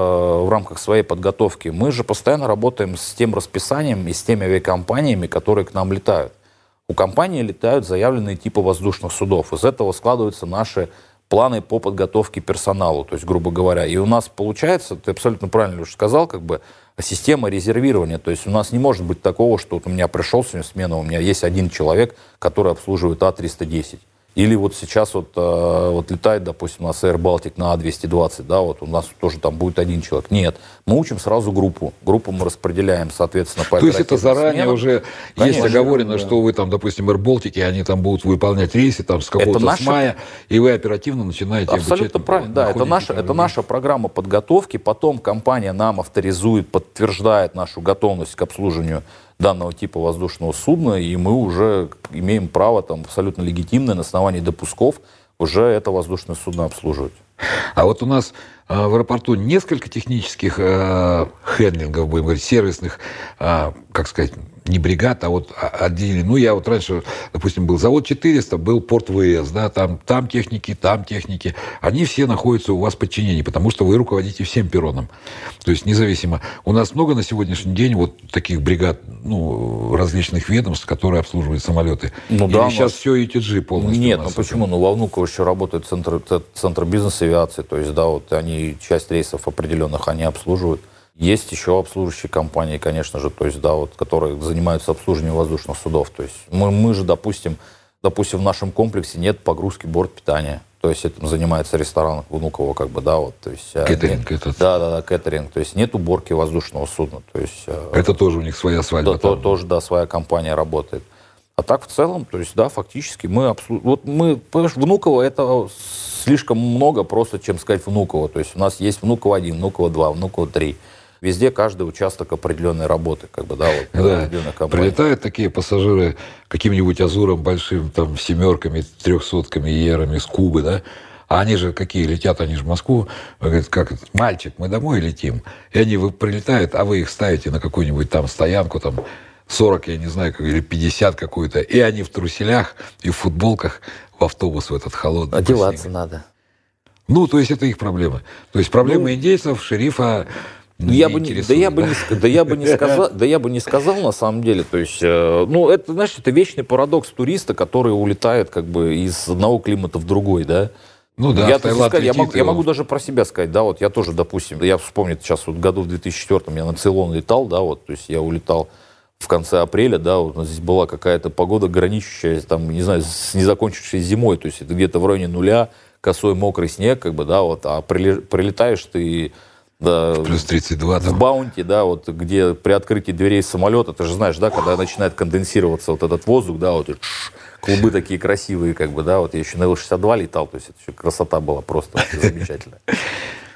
в рамках своей подготовки, мы же постоянно работаем с тем расписанием и с теми авиакомпаниями, которые к нам летают. У компании летают заявленные типы воздушных судов. Из этого складываются наши планы по подготовке персоналу, то есть, грубо говоря. И у нас получается, ты абсолютно правильно уже сказал, как бы, система резервирования. То есть у нас не может быть такого, что вот у меня пришел сегодня смена, у меня есть один человек, который обслуживает А триста десять. Или вот сейчас вот, э, вот летает, допустим, у нас Air Baltic на А двести двадцать, да, вот у нас тоже там будет один человек. Нет, мы учим сразу группу. Группу мы распределяем, соответственно, по То есть это заранее сменам. уже Конечно, есть оговорено, да. что вы там, допустим, Air Baltic, они там будут выполнять рейсы там с какого-то наша... с мая, и вы оперативно начинаете Абсолютно обучать. правильно, да, это наша, это наша программа подготовки, потом компания нам авторизует, подтверждает нашу готовность к обслуживанию данного типа воздушного судна, и мы уже имеем право там абсолютно легитимное на основании допусков уже это воздушное судно обслуживать. А вот у нас э, в аэропорту несколько технических э, хендлингов, будем говорить, сервисных, э, как сказать, не бригад, а вот отделений. Ну, я вот раньше, допустим, был завод четыреста, был порт ВС, да, там, там техники, там техники. Они все находятся у вас в подчинении, потому что вы руководите всем перроном. То есть независимо. У нас много на сегодняшний день вот таких бригад, ну, различных ведомств, которые обслуживают самолеты. Ну, Или да, сейчас нас... все и ти джи полностью? Нет, ну почему? Ну, во Внуково еще работает центр, центр бизнес-авиации, то есть, да, вот они, часть рейсов определенных они обслуживают. Есть еще обслуживающие компании, конечно же, то есть, да, вот, которые занимаются обслуживанием воздушных судов. То есть мы, мы же, допустим, допустим, в нашем комплексе нет погрузки бортпитания. То есть этим занимается ресторан Внуково, как бы, да, вот. То есть, кэтеринг нет, этот. Да, да, да, кэтеринг. То есть нет уборки воздушного судна. То есть, это тоже у них своя свадьба. Да, то, тоже, да, своя компания работает. А так в целом, то есть, да, фактически мы обслуживаем. Вот мы, понимаешь, Внуково это слишком много просто, чем сказать Внуково. То есть у нас есть Внуково один, Внуково два, Внуково три. Везде каждый участок определенной работы, как бы, да, вот, да. Прилетают такие пассажиры каким-нибудь Азуром большим, там, семерками, трехсотками, ерами с Кубы, да, а они же какие летят, они же в Москву, говорят, как это, мальчик, мы домой летим, и они вы прилетают, а вы их ставите на какую-нибудь там стоянку, там, сорок, я не знаю, или пятьдесят какую-то, и они в труселях и в футболках в автобус в этот холодный. Одеваться надо. Ну, то есть это их проблемы. То есть проблемы ну, индейцев, шерифа... Я бы не, да, я бы не, да, я бы не сказал, да я бы не сказал на самом деле, то есть, э, ну это, знаешь, это вечный парадокс туриста, который улетает как бы из одного климата в другой, да. Ну да. Я, сказать, я, могу, я могу даже про себя сказать, да, вот я тоже, допустим, я вспомню сейчас вот году в две тысячи четвёртом я на Цейлон летал, да, вот, то есть я улетал в конце апреля, да, вот здесь была какая-то погода граничащая, там, не знаю, с незакончившейся зимой, то есть это где-то в районе нуля, косой мокрый снег, как бы, да, вот, а прилетаешь ты. Да, плюс тридцать два там. В Баунти, да, вот где при открытии дверей самолета, ты же знаешь, да, когда начинает конденсироваться вот этот воздух, да, вот и тш, клубы такие красивые, как бы, да, вот я еще на Ил шестьдесят два летал, то есть это еще красота была просто замечательная.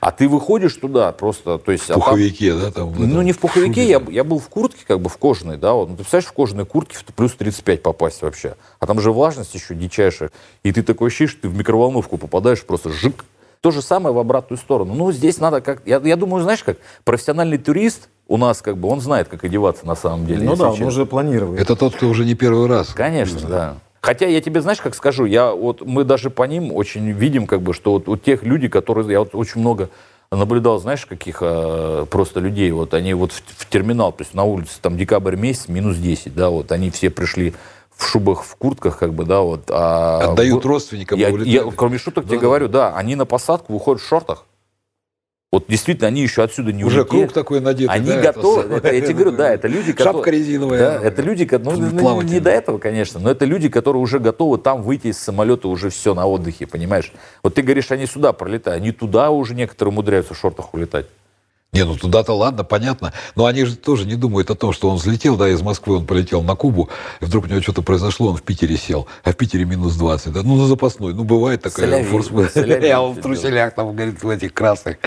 А ты выходишь туда просто, то есть... В пуховике, а там, да? Там, ну, не в пуховике, я, я был в куртке, как бы в кожаной, да, вот. Ну, ты представляешь, в кожаной куртке в плюс тридцать пять попасть вообще. А там же влажность еще дичайшая. И ты такой ощущаешь, что ты в микроволновку попадаешь, просто жик. То же самое в обратную сторону. Ну, здесь надо как... Я, я думаю, знаешь, как профессиональный турист у нас, как бы, он знает, как одеваться на самом деле. Ну да, честно. он уже планирует. Это тот, кто уже не первый раз. Конечно, да. Хотя я тебе, знаешь, как скажу, я, вот, мы даже по ним очень видим, как бы, что вот у тех людей, которые... Я вот очень много наблюдал, знаешь, каких а, просто людей, вот они вот в, в терминал, то есть на улице, там, декабрь месяц, минус десять, да, вот, они все пришли в шубах, в куртках, как бы, да, вот. А, Отдают в, родственникам. Я, я, кроме шуток да, тебе да. говорю, да, они на посадку выходят в шортах. Вот действительно, они еще отсюда не уже улетели. Круг такой надетый. Они да, готовы, это, это, я тебе говорю, да, это люди, которые... Шапка резиновая. Да, это люди, ну, ну, не до этого, конечно, но это люди, которые уже готовы там выйти из самолета, уже все на отдыхе, понимаешь? Вот ты говоришь, они сюда пролетают, они туда уже некоторые умудряются в шортах улетать. Не, ну туда-то ладно, понятно. Но они же тоже не думают о том, что он взлетел, да, из Москвы он полетел на Кубу, и вдруг у него что-то произошло, он в Питере сел, а в Питере минус двадцать, да, ну на запасной, ну бывает такая форс-мейджор. Я в труселях там, говорит, в этих красных.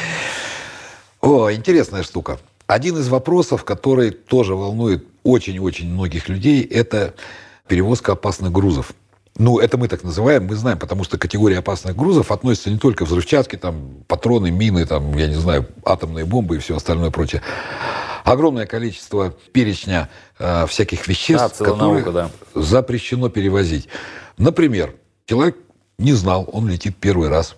О, интересная штука. Один из вопросов, который тоже волнует очень-очень многих людей, это перевозка опасных грузов. Ну, это мы так называем, мы знаем, потому что категория опасных грузов относится не только взрывчатки, там, патроны, мины, там, я не знаю, атомные бомбы и все остальное прочее. Огромное количество перечня э, всяких веществ, да, которые наука, да. запрещено перевозить. Например, человек не знал, он летит первый раз,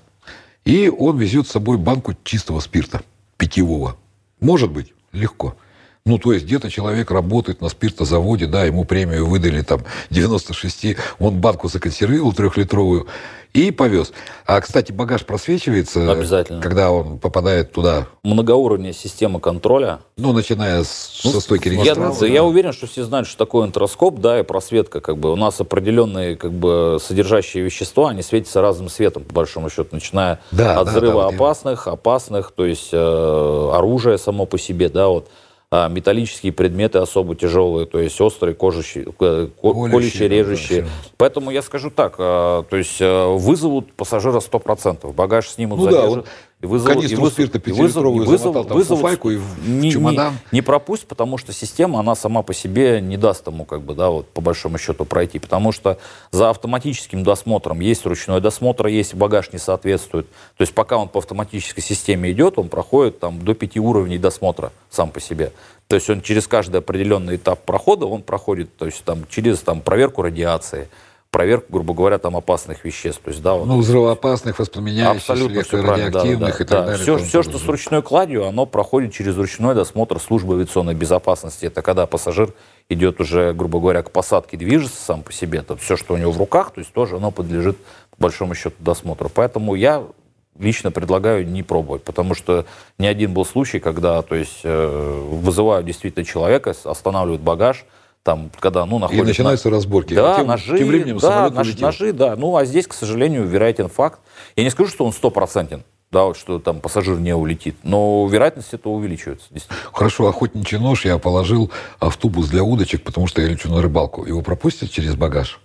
и он везет с собой банку чистого спирта, питьевого. Может быть, легко. Ну, то есть, где-то человек работает на спиртозаводе, да, ему премию выдали там девяносто шесть, он банку законсервировал трехлитровую и повез. А, кстати, багаж просвечивается, обязательно, когда он попадает туда. Многоуровневая система контроля. Ну, начиная с, ну, со стойки регистрации. Я, я уверен, что все знают, что такое энтероскоп, да, и просветка. Как бы у нас определенные, как бы, содержащие вещества, они светятся разным светом, по большому счету, начиная да, от да, взрыва да, вот опасных, я... опасных, то есть э, оружие само по себе, да, вот. Металлические предметы особо тяжелые, то есть острые, кожущие, колющие, режущие. Да, поэтому я скажу так, то есть вызовут пассажира сто процентов, багаж снимут, ну задержат. Да, и вызовут, канистру и вызов, спирта пятилитровую замотал там в фуфайку и в не, чемодан. Не, не пропустит, потому что система, она сама по себе не даст ему, как бы, да, вот, по большому счету, пройти. Потому что за автоматическим досмотром есть ручной досмотр, если багаж не соответствует. То есть пока он по автоматической системе идет, он проходит там, до пяти уровней досмотра сам по себе. То есть он через каждый определенный этап прохода, он проходит, то есть там, через там, проверку радиации, проверку, грубо говоря, там, опасных веществ. То есть, да, вот, ну, взрывоопасных, воспламеняющихся, радиоактивных да, да, и так да. далее. Все, все что с ручной кладью, оно проходит через ручной досмотр службы авиационной безопасности. Это когда пассажир идет уже, грубо говоря, к посадке, движется сам по себе. То все, что у него в руках, то есть тоже оно подлежит, по большому счету, досмотру. Поэтому я лично предлагаю не пробовать, потому что не один был случай, когда, то есть, э, вызывают действительно человека, останавливают багаж, там, когда, ну, находят... И начинаются на... разборки. Да, тем, ножи, тем временем да, самолет нож, ножи, да. Ну, а здесь, к сожалению, вероятен факт. Я не скажу, что он стопроцентен, да, вот, что там пассажир не улетит, но вероятность этого увеличивается. Хорошо, охотничий нож я положил в тубус для удочек, потому что я лечу на рыбалку. Его пропустят через багаж?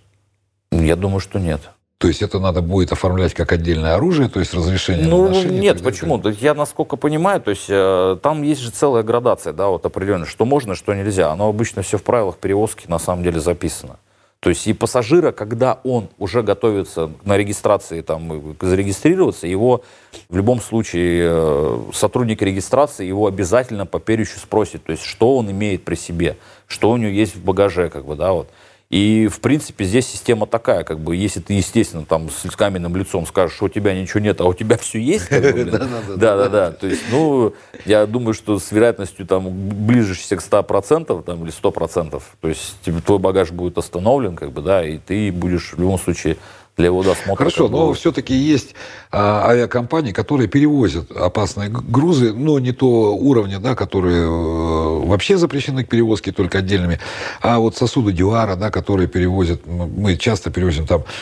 Я думаю, что нет. То есть это надо будет оформлять как отдельное оружие, то есть разрешение ну, на ношение? Нет, почему? То есть я, насколько понимаю, то есть э, там есть же целая градация, да, вот определенно, что можно, что нельзя. Оно обычно все в правилах перевозки на самом деле записано. То есть и пассажира, когда он уже готовится на регистрации, там, зарегистрироваться, его в любом случае э, сотрудник регистрации его обязательно по перечню спросит, то есть что он имеет при себе, что у него есть в багаже, как бы, да, вот. И, в принципе, здесь система такая, как бы, если ты, естественно, там, с каменным лицом скажешь, что у тебя ничего нет, а у тебя все есть, да-да-да, то есть, ну, я думаю, что с вероятностью, там, ближущейся к ста процентам, там, или сто процентов, то есть, твой багаж будет остановлен, как бы, да, и ты будешь, в любом случае, для его досмотра. Хорошо, но все-таки есть а, авиакомпании, которые перевозят опасные грузы, но не то уровня, да, которые э, вообще запрещены к перевозке только отдельными, а вот сосуды Дюара, да, которые перевозят, мы часто перевозим там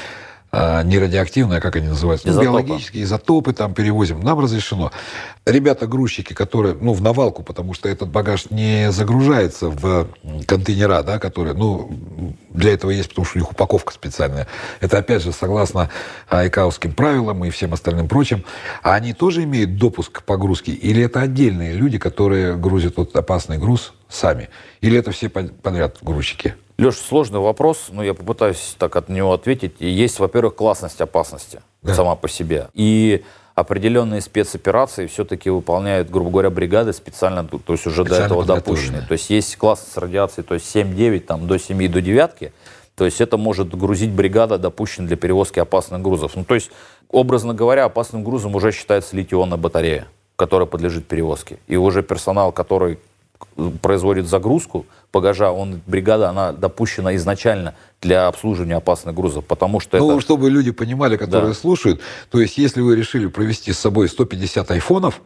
а, не радиоактивные, а как они называются? Ну, биологические изотопы там перевозим. Нам разрешено. Ребята-грузчики, которые, ну, в навалку, потому что этот багаж не загружается в контейнера, да, которые, ну, для этого есть, потому что у них упаковка специальная. Это, опять же, согласно айкаовским правилам и всем остальным прочим. А они тоже имеют допуск к погрузке? Или это отдельные люди, которые грузят вот опасный груз сами? Или это все подряд грузчики? Леш, сложный вопрос, но я попытаюсь так от него ответить. Есть, во-первых, классность опасности, да, сама по себе. И определенные спецоперации все-таки выполняют, грубо говоря, бригады специально, то есть уже специально до этого допущены. То есть есть классность радиации, то есть семь-девять, там, до семи, до девятки. То есть это может грузить бригада, допущенная для перевозки опасных грузов. Ну, то есть, образно говоря, опасным грузом уже считается литий-ионная батарея, которая подлежит перевозке. И уже персонал, который производит загрузку багажа, он, бригада, она допущена изначально для обслуживания опасных грузов, потому что ну, это... чтобы люди понимали, которые, да, слушают, то есть если вы решили провести с собой сто пятьдесят айфонов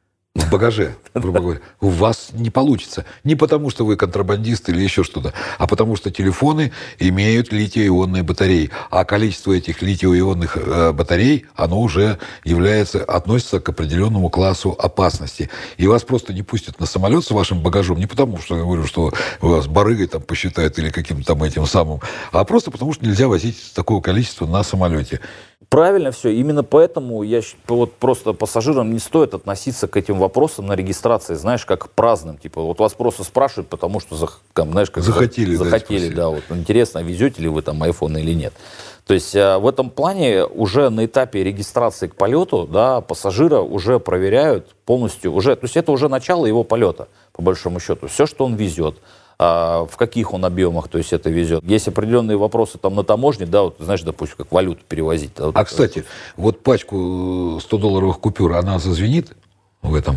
в багаже, грубо говоря, у вас не получится. Не потому, что вы контрабандист или еще что-то, а потому что телефоны имеют литий-ионные батареи. А количество этих литий-ионных э, батарей, оно уже является, относится к определенному классу опасности. И вас просто не пустят на самолет с вашим багажом, не потому, что я говорю, что вас барыгой там посчитают или каким-то там этим самым, а просто потому, что нельзя возить такого количества на самолете. Правильно все. Именно поэтому я вот просто пассажирам не стоит относиться к этим вопросам на регистрации, знаешь, как к праздным. Типа, вот вас просто спрашивают, потому что, там, знаешь, как захотели, захотели, да, да, вот интересно, везете ли вы там айфон или нет. То есть в этом плане уже на этапе регистрации к полету, да, пассажира уже проверяют полностью, уже, то есть это уже начало его полета, по большому счету. Все, что он везет, в каких он объемах, то есть это везет. Есть определенные вопросы там на таможне, да, вот, знаешь, допустим, как валюту перевозить. Да, вот а, это, кстати, вот пачку сто-долларовых купюр, она зазвенит в этом?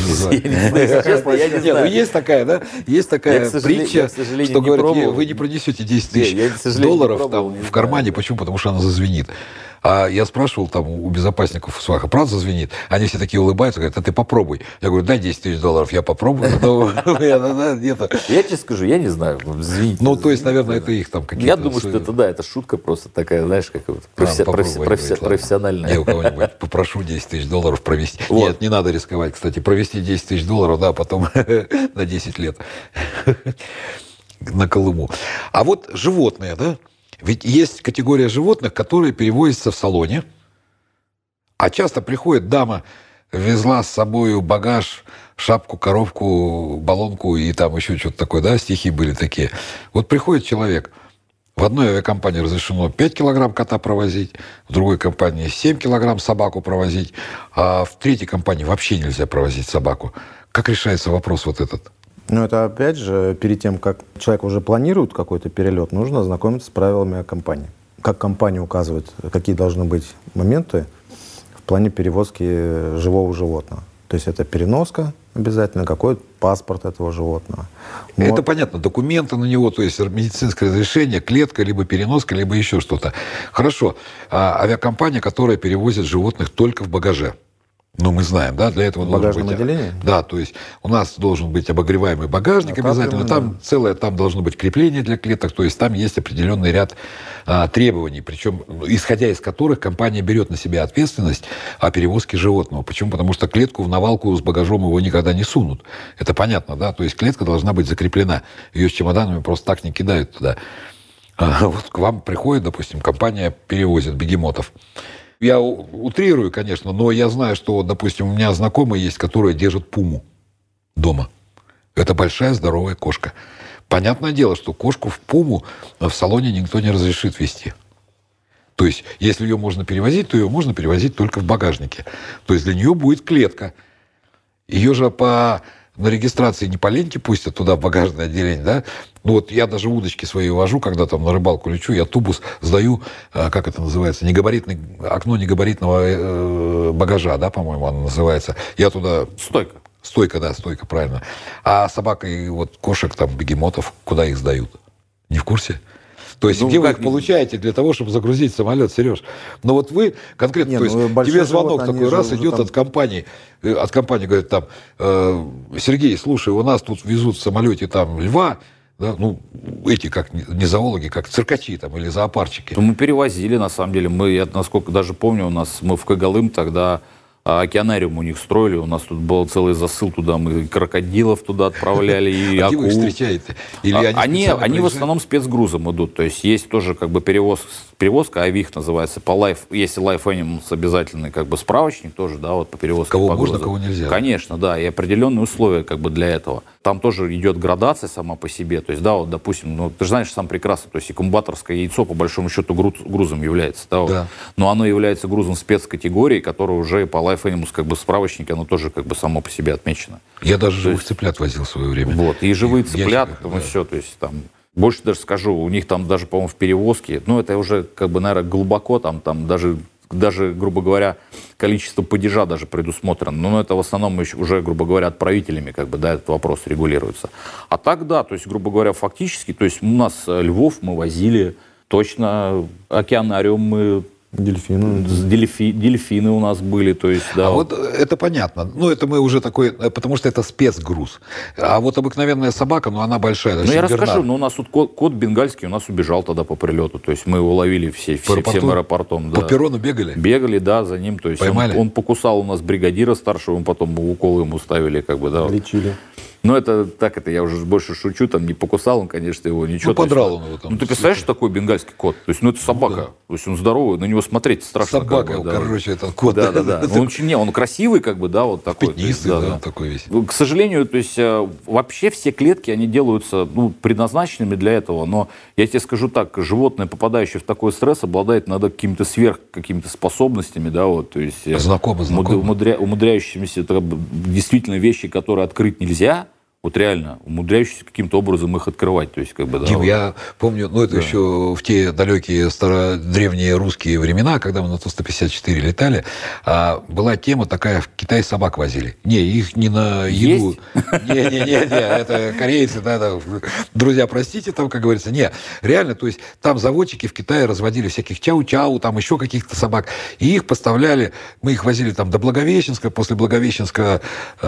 Есть такая, да? Есть такая притча, что говорит, вы не пронесете десять тысяч долларов в кармане. Почему? Потому что она зазвенит. А я спрашивал там у безопасников СВАХа, правда зазвенит? Они все такие улыбаются, говорят, а ты попробуй. Я говорю, дай десять тысяч долларов, я попробую. Я тебе скажу, я не знаю, звенит. Ну, то есть, наверное, это их там какие-то... Я думаю, что это, да, это шутка просто такая, знаешь, как профессиональная. Я у кого-нибудь попрошу десять тысяч долларов провести. Нет, не надо рисковать, кстати. Провести десять тысяч долларов, да, потом на десять лет на Колыму. А вот животные, да? Ведь есть категория животных, которые перевозятся в салоне, а часто приходит дама, везла с собой багаж, шапку, коробку, баллонку и там еще что-то такое, да, стихи были такие. Вот приходит человек, в одной авиакомпании разрешено пять килограмм кота провозить, в другой компании семь килограмм собаку провозить, а в третьей компании вообще нельзя провозить собаку. Как решается вопрос вот этот? Ну, это, опять же, перед тем, как человек уже планирует какой-то перелет, нужно ознакомиться с правилами компании. Как компания указывает, какие должны быть моменты в плане перевозки живого животного. То есть это переноска обязательно, какой паспорт этого животного. Но... Это понятно, документы на него, то есть медицинское разрешение, клетка, либо переноска, либо еще что-то. Хорошо. А авиакомпания, которая перевозит животных только в багаже. Ну, мы знаем, да, для этого в багажном быть... отделении? Да, то есть у нас должен быть обогреваемый багажник а обязательно, там да. целое, там должно быть крепление для клеток, то есть там есть определенный ряд а, требований, причем исходя из которых компания берет на себя ответственность о перевозке животного. Почему? Потому что клетку в навалку с багажом его никогда не сунут. Это понятно, да, то есть клетка должна быть закреплена, ее с чемоданами просто так не кидают туда. А, вот к вам приходит, допустим, компания перевозит бегемотов. Я утрирую, конечно, но я знаю, что, допустим, у меня знакомые есть, которые держат пуму дома. Это большая здоровая кошка. Понятное дело, что кошку в пуму в салоне никто не разрешит везти. То есть, если ее можно перевозить, то ее можно перевозить только в багажнике. То есть, для нее будет клетка. Ее же по... на регистрации не по ленте пустят туда в багажное отделение, да? Ну вот я даже удочки свои вожу, когда там на рыбалку лечу, я тубус сдаю, как это называется, негабаритный, окно негабаритного багажа, да, по-моему, оно называется. Я туда... Стойка. Стойка, да, стойка, правильно. А собака и вот кошек, там, бегемотов, куда их сдают? Не в курсе? То есть, ну, где вы их получаете для того, чтобы загрузить самолет, Сереж? Но вот вы конкретно, не, то есть, ну, тебе звонок живот, такой раз идет там... от компании, от компании говорит там, э, Сергей, слушай, у нас тут везут в самолете там льва, Да? Ну, эти как не зоологи, как циркачи там, или зоопарчики. Мы перевозили, на самом деле. Мы, я, насколько даже помню, у нас мы в Когалым тогда океанариум у них строили. У нас тут был целый засыл туда. Мы и крокодилов туда отправляли, и а акул. Где вы их встречаете? Или они они, они в приезжают? основном спецгрузом идут. То есть есть тоже как бы перевоз, перевозка, авих называется. По life, если Life Animals обязательный как бы справочник тоже, да, вот по перевозке. Кого по можно, грузу. кого нельзя. Конечно, да. И определенные условия как бы для этого. Там тоже идет градация сама по себе. То есть, да, вот, допустим, ну, ты же знаешь сам прекрасно, то есть инкубаторское яйцо по большому счету груз, грузом является. Да, вот. Да. Но оно является грузом спецкатегории, которое уже по Life Animals как бы справочнике, оно тоже как бы само по себе отмечено. Я даже то живых есть, цыплят возил в свое время. Вот, и живые в цыплята, ящиках, там да. и все, то есть там... Больше даже скажу, у них там даже, по-моему, в перевозке, ну, это уже, как бы, наверное, глубоко, там, там даже, даже, грубо говоря, количество падежа даже предусмотрено. Но это в основном еще уже, грубо говоря, отправителями, как бы, да, этот вопрос регулируется. А так, да, то есть, грубо говоря, фактически, то есть у нас львов мы возили, точно океанариум мы... Дельфины. Дельфи, дельфины у нас были, то есть, да. А вот это понятно. Ну, это мы уже такой, потому что это спецгруз. А вот обыкновенная собака, ну, она большая. Ну, я расскажу, но у нас тут кот, кот бенгальский у нас убежал тогда по прилету, то есть мы его ловили все, все, всем аэропортом. По да. перрону бегали? Бегали, да, за ним, то есть он, он покусал у нас бригадира старшего, мы потом уколы ему ставили, как бы, да. Лечили. Ну, это так, это я уже больше шучу, там не покусал он, конечно, его, ничего. Ну, подрал есть, он его там. Ну, ты представляешь, что такой бенгальский кот? То есть, ну, это собака. Ну, да. То есть, он здоровый, на него смотреть страшно. Собака, как бы, да. короче, этот кот. Да, да, да. Он очень, не, он красивый, как бы, да, вот такой. Пятнистый, есть, да, да, да. такой весь. К сожалению, то есть, вообще все клетки, они делаются, ну, предназначенными для этого, но я тебе скажу так, животное, попадающее в такой стресс, обладает иногда какими-то сверх, какими-то способностями, да, вот, то есть... Знакомо, знакомо. Умудря, умудряющимися, это, действительно, вещи, которые открыть нельзя, вот реально, умудряющийся каким-то образом их открывать. То есть, как бы, да, Дим, вот. я помню, ну, это да. еще в те далекие, старо, древние русские времена, когда мы на Ту сто пятьдесят четыре летали, а, была тема такая, в Китай собак возили. Не, их не на еду. Не-не-не, это корейцы, да, да, друзья, простите, там, как говорится. Не, реально, то есть, там заводчики в Китае разводили всяких чау-чау, там еще каких-то собак, и их поставляли, мы их возили там до Благовещенска, после Благовещенска,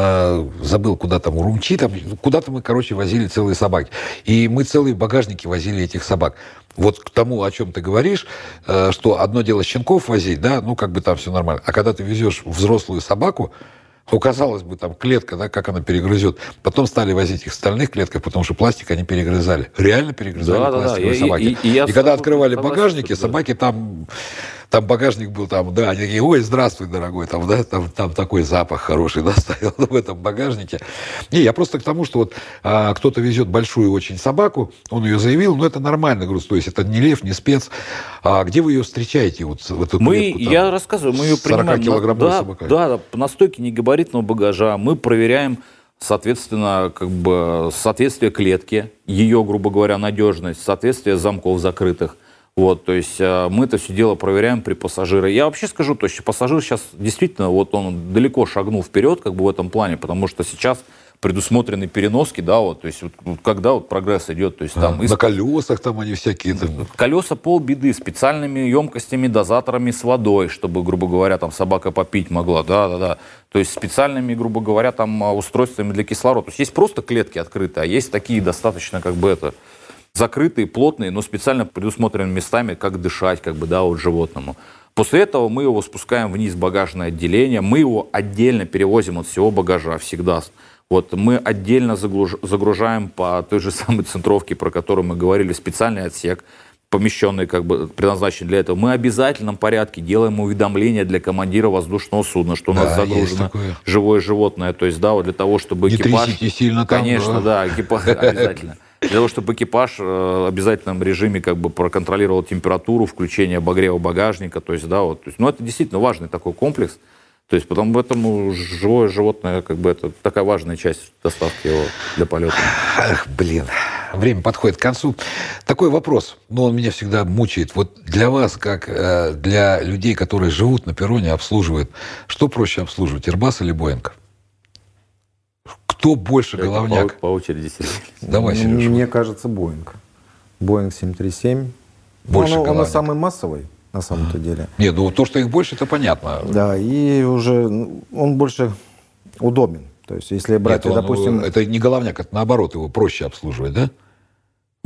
э, забыл, куда там, Урумчи, там, куда-то мы, короче, возили целые собаки. И мы целые багажники возили этих собак. Вот к тому, о чем ты говоришь, что одно дело щенков возить, да, ну, как бы там все нормально. А когда ты везешь взрослую собаку, то, казалось бы, там клетка, да, как она перегрызет. Потом стали возить их в стальных клетках, потому что пластик они перегрызали. Реально перегрызали да, пластиковые да, да. собаки. И, и, и, и когда открывали багажники, да. собаки там... Там багажник был, там, да, они такие, ой, здравствуй, дорогой, там, да, там, там такой запах хороший, да, стоял в этом багажнике. Не, я просто к тому, что вот а, кто-то везет большую очень собаку, он ее заявил, но это нормальный груз, то есть это не лев, не спец. А где вы ее встречаете, вот в эту мы, клетку? Там, я рассказываю, мы ее принимаем. сорокакилограммовой да, собакой. Да, да, по настойке негабаритного багажа мы проверяем, соответственно, как бы соответствие клетки, ее, грубо говоря, надежность, соответствие замков закрытых. Вот, то есть э, мы это все дело проверяем при пассажире. Я вообще скажу, то, что пассажир сейчас действительно, вот он далеко шагнул вперед, как бы в этом плане, потому что сейчас предусмотрены переноски, да, вот, то есть вот, когда вот прогресс идет, то есть там... А, из... На колесах там они всякие... Там... Колеса полбеды, специальными емкостями, дозаторами с водой, чтобы, грубо говоря, там собака попить могла, да-да-да. То есть специальными, грубо говоря, там устройствами для кислорода. То есть есть просто клетки открытые, а есть такие достаточно, как бы это... закрытые, плотные, но специально предусмотренными местами, как дышать, как бы, да, вот животному. После этого мы его спускаем вниз в багажное отделение, мы его отдельно перевозим от всего багажа всегда. Вот мы отдельно загружаем по той же самой центровке, про которую мы говорили, специальный отсек, помещенный, как бы, предназначенный для этого. Мы в обязательном порядке делаем уведомление для командира воздушного судна, что у нас да, загружено живое животное, то есть, да, вот для того, чтобы не экипаж... трясите сильно там. Конечно, да, экипаж обязательно. Для того, чтобы экипаж в обязательном режиме как бы проконтролировал температуру, включение обогрева багажника, то есть, да, вот, то есть, ну, это действительно важный такой комплекс, то есть, потому поэтому живое животное, как бы, это такая важная часть доставки его для полета. Ах, блин, время подходит к концу. Такой вопрос, но он меня всегда мучает. Вот для вас, как э, для людей, которые живут на перроне, обслуживают, что проще обслуживать, Airbus или Boeing? Кто больше головняк? По, по очереди. Давай, Сережа. Мне кажется, Боинг. Боинг семь тридцать семь. Больше он, головняк. Он самый массовый, на самом-то деле. Нет, ну то, что их больше, это понятно. Да, и уже он больше удобен. То есть, если брать, Нет, он, допустим... Это не головняк, это наоборот, его проще обслуживать, да?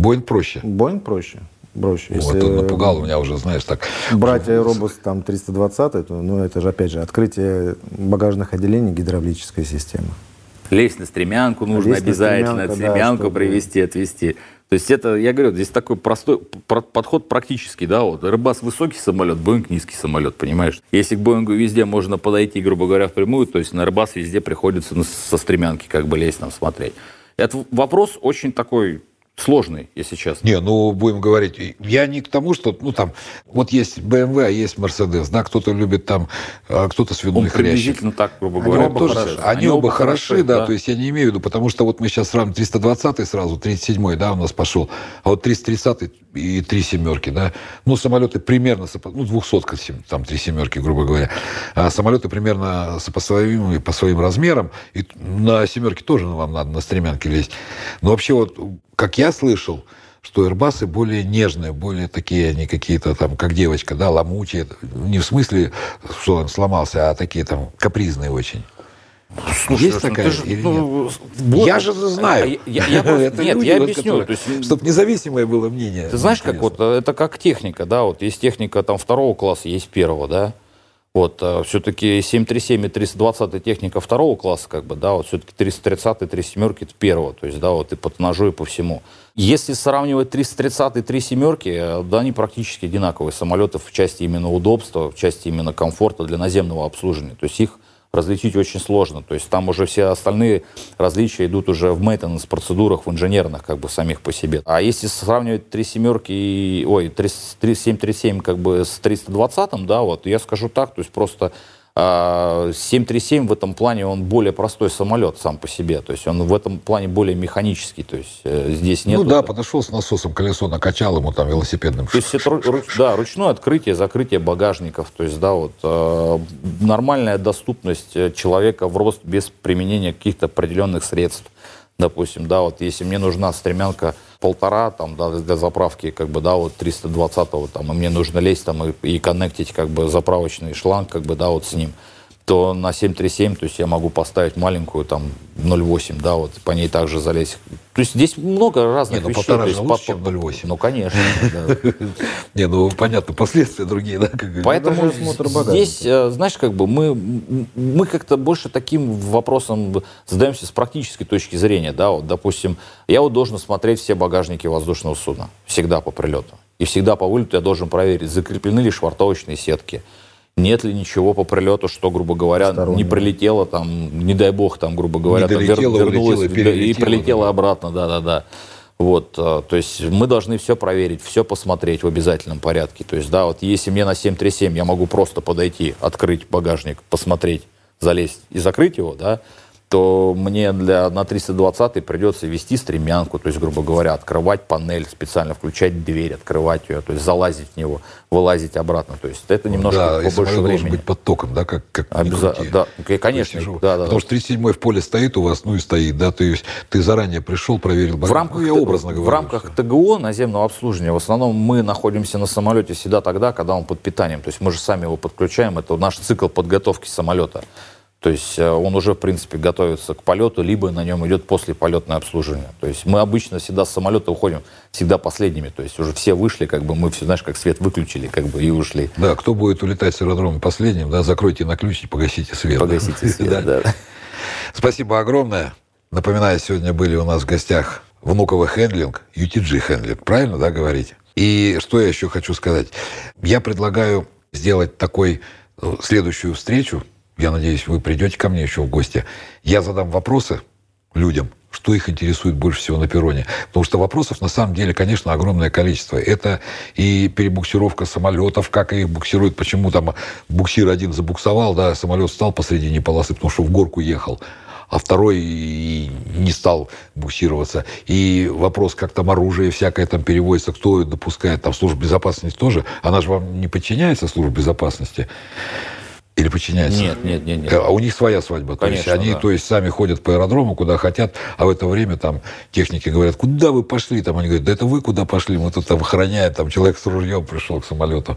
Боинг проще. Боинг проще. проще. Вот, Если он напугал меня уже, знаешь, так. брать аэробус там триста двадцать, то ну, это же, опять же, открытие багажных отделений гидравлической системы. Лезть на стремянку нужно Лезть на обязательно, стремянку, стремянку да, чтобы... привезти, отвезти. То есть это, я говорю, здесь такой простой подход практический, да, вот. Airbus высокий самолет, Boeing низкий самолет, понимаешь? Если к Боингу везде можно подойти, грубо говоря, впрямую, то есть на Airbus везде приходится со стремянки как бы лезть там смотреть. Это вопрос очень такой сложный, если честно. Не, ну, будем говорить, я не к тому, что, ну, там, вот есть бэ эм вэ, а есть Mercedes, да, кто-то любит там, кто-то свиной хрящик. Приблизительно так, грубо Они говоря, оба тоже, хороши. они, они оба, оба хороши, хороши, да, да, то есть я не имею в виду, потому что вот мы сейчас сравним триста двадцатый сразу, тридцать седьмой, да, у нас пошел, а вот триста тридцатый и три семерки, да, ну, самолеты примерно, ну, двухсотка, там, три семерки, грубо говоря, а самолеты примерно сопоставимые по своим размерам, и на семерке тоже вам надо на стремянке лезть. Но вообще вот, как я слышал, что Airbus'ы более нежные, более такие, они какие-то там, как девочка, да, ломучие. Не в смысле, что он сломался, а такие там капризные очень. Слушай, есть такая? Же, или ну, нет? вот, я же знаю. Я, я, я просто, нет, я объясню. Чтобы независимое было мнение. Ты знаешь, как вот, это как техника, да, вот есть техника там второго класса, есть первого, да. Вот, все-таки семь тридцать семь и триста двадцать техника второго класса, как бы, да, вот все-таки триста тридцать и три семерки это первого, то есть, да, вот и по тоннажу, и по всему. Если сравнивать триста тридцать и три семерки, да, они практически одинаковые самолеты в части именно удобства, в части именно комфорта для наземного обслуживания, то есть их различить очень сложно, то есть там уже все остальные различия идут уже в мейнтенанс процедурах, в инженерных, как бы, самих по себе. А если сравнивать три семерки и, ой, семь тридцать семь как бы с триста двадцатым, да, вот, я скажу так, то есть просто семь тридцать семь в этом плане он более простой самолет сам по себе, то есть он в этом плане более механический, то есть э, здесь нет... Ну да, подошел с насосом, колесо накачал ему там велосипедным. То есть это руч, да, ручное открытие, закрытие багажников, то есть да, вот э, нормальная доступность человека в рост без применения каких-то определенных средств. Допустим, да, вот если мне нужна стремянка полтора, там, да, для заправки, как бы, да, вот триста двадцатого, там, и мне нужно лезть там и, и коннектить, как бы, заправочный шланг, как бы, да, вот с ним, то на семь тридцать семь, то есть я могу поставить маленькую, там, ноль восемь, да, вот, по ней также залезть. То есть здесь много разных Не, ну, вещей. полтора же лучше, чем ноль восемь. Ну, конечно. Не, ну, понятно, последствия другие, да? Поэтому здесь, знаешь, как бы, мы, мы как-то больше таким вопросом задаемся с практической точки зрения, да, вот, допустим, я вот должен смотреть все багажники воздушного судна, всегда по прилету. И всегда по вылету я должен проверить, закреплены ли швартовочные сетки, нет ли ничего по прилету, что, грубо говоря, не прилетело, там, не дай бог, там, грубо говоря, там, долетело, вернулось улетело, и прилетело обратно, да-да-да. Вот, то есть мы должны все проверить, все посмотреть в обязательном порядке. То есть, да, вот если мне на семь тридцать семь я могу просто подойти, открыть багажник, посмотреть, залезть и закрыть его, да, то мне для, на триста двадцатый придется вести стремянку, то есть, грубо говоря, открывать панель, специально включать дверь, открывать ее, то есть залазить в него, вылазить обратно. То есть это немножко да, побольше времени. должен быть под током, да, как, как Обязательно, да, конечно. Есть, да, да, потому что тридцать седьмой в поле стоит у вас, ну и стоит, да, то есть ты заранее пришел, проверил багаж. В рамках, ну, я образно говорю, в рамках что... ТГО, наземного обслуживания, в основном мы находимся на самолете всегда тогда, когда он под питанием. То есть мы же сами его подключаем, это наш цикл подготовки самолета. То есть он уже, в принципе, готовится к полету, либо на нем идет послеполетное обслуживание. То есть мы обычно всегда с самолета уходим всегда последними. То есть уже все вышли, как бы мы все, знаешь, как свет выключили, как бы и ушли. Да, кто будет улетать с аэродрома последним, да, закройте на ключ и погасите свет. Погасите свет, да. Спасибо огромное. Напоминаю, сегодня были у нас в гостях Внуково Хендлинг, ю ти джи Хендлинг, правильно, да, говорите? И что я еще хочу сказать? Я предлагаю сделать такой следующую встречу. Я надеюсь, вы придете ко мне еще в гости. Я задам вопросы людям, что их интересует больше всего на перроне. Потому что вопросов на самом деле, конечно, огромное количество. Это и перебуксировка самолетов, как их буксируют, почему там буксир один забуксовал, да, самолет встал посредине полосы, потому что в горку ехал, а второй и не стал буксироваться. И вопрос, как там оружие всякое там переводится, кто допускает, там служба безопасности тоже. Она же вам не подчиняется, служба безопасности? Или подчиняется? Нет, нет, нет, нет. А у них своя свадьба. Конечно, то есть они, да. то есть, сами ходят по аэродрому, куда хотят, а в это время там техники говорят, куда вы пошли? Там они говорят, да это вы куда пошли? Мы тут там охраняем, там человек с ружьем пришел к самолету.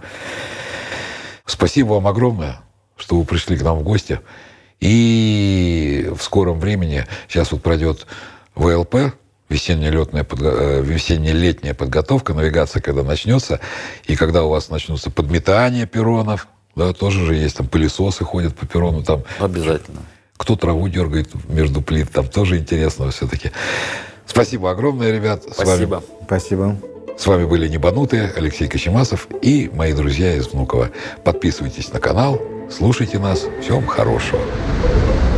Спасибо вам огромное, что вы пришли к нам в гости. И в скором времени, сейчас вот пройдет вэ эл пэ, весенне-летная, подго... весенне-летняя подготовка, навигация, когда начнется, и когда у вас начнутся подметания перронов, да, тоже же есть, там пылесосы ходят по перрону, там... Обязательно. Кто траву дергает между плит, там тоже интересно все-таки. Спасибо огромное, ребят. Спасибо. С вами... Спасибо. С вами были Небанутые, Алексей Кочемасов и мои друзья из Внуково. Подписывайтесь на канал, слушайте нас. Всем хорошего.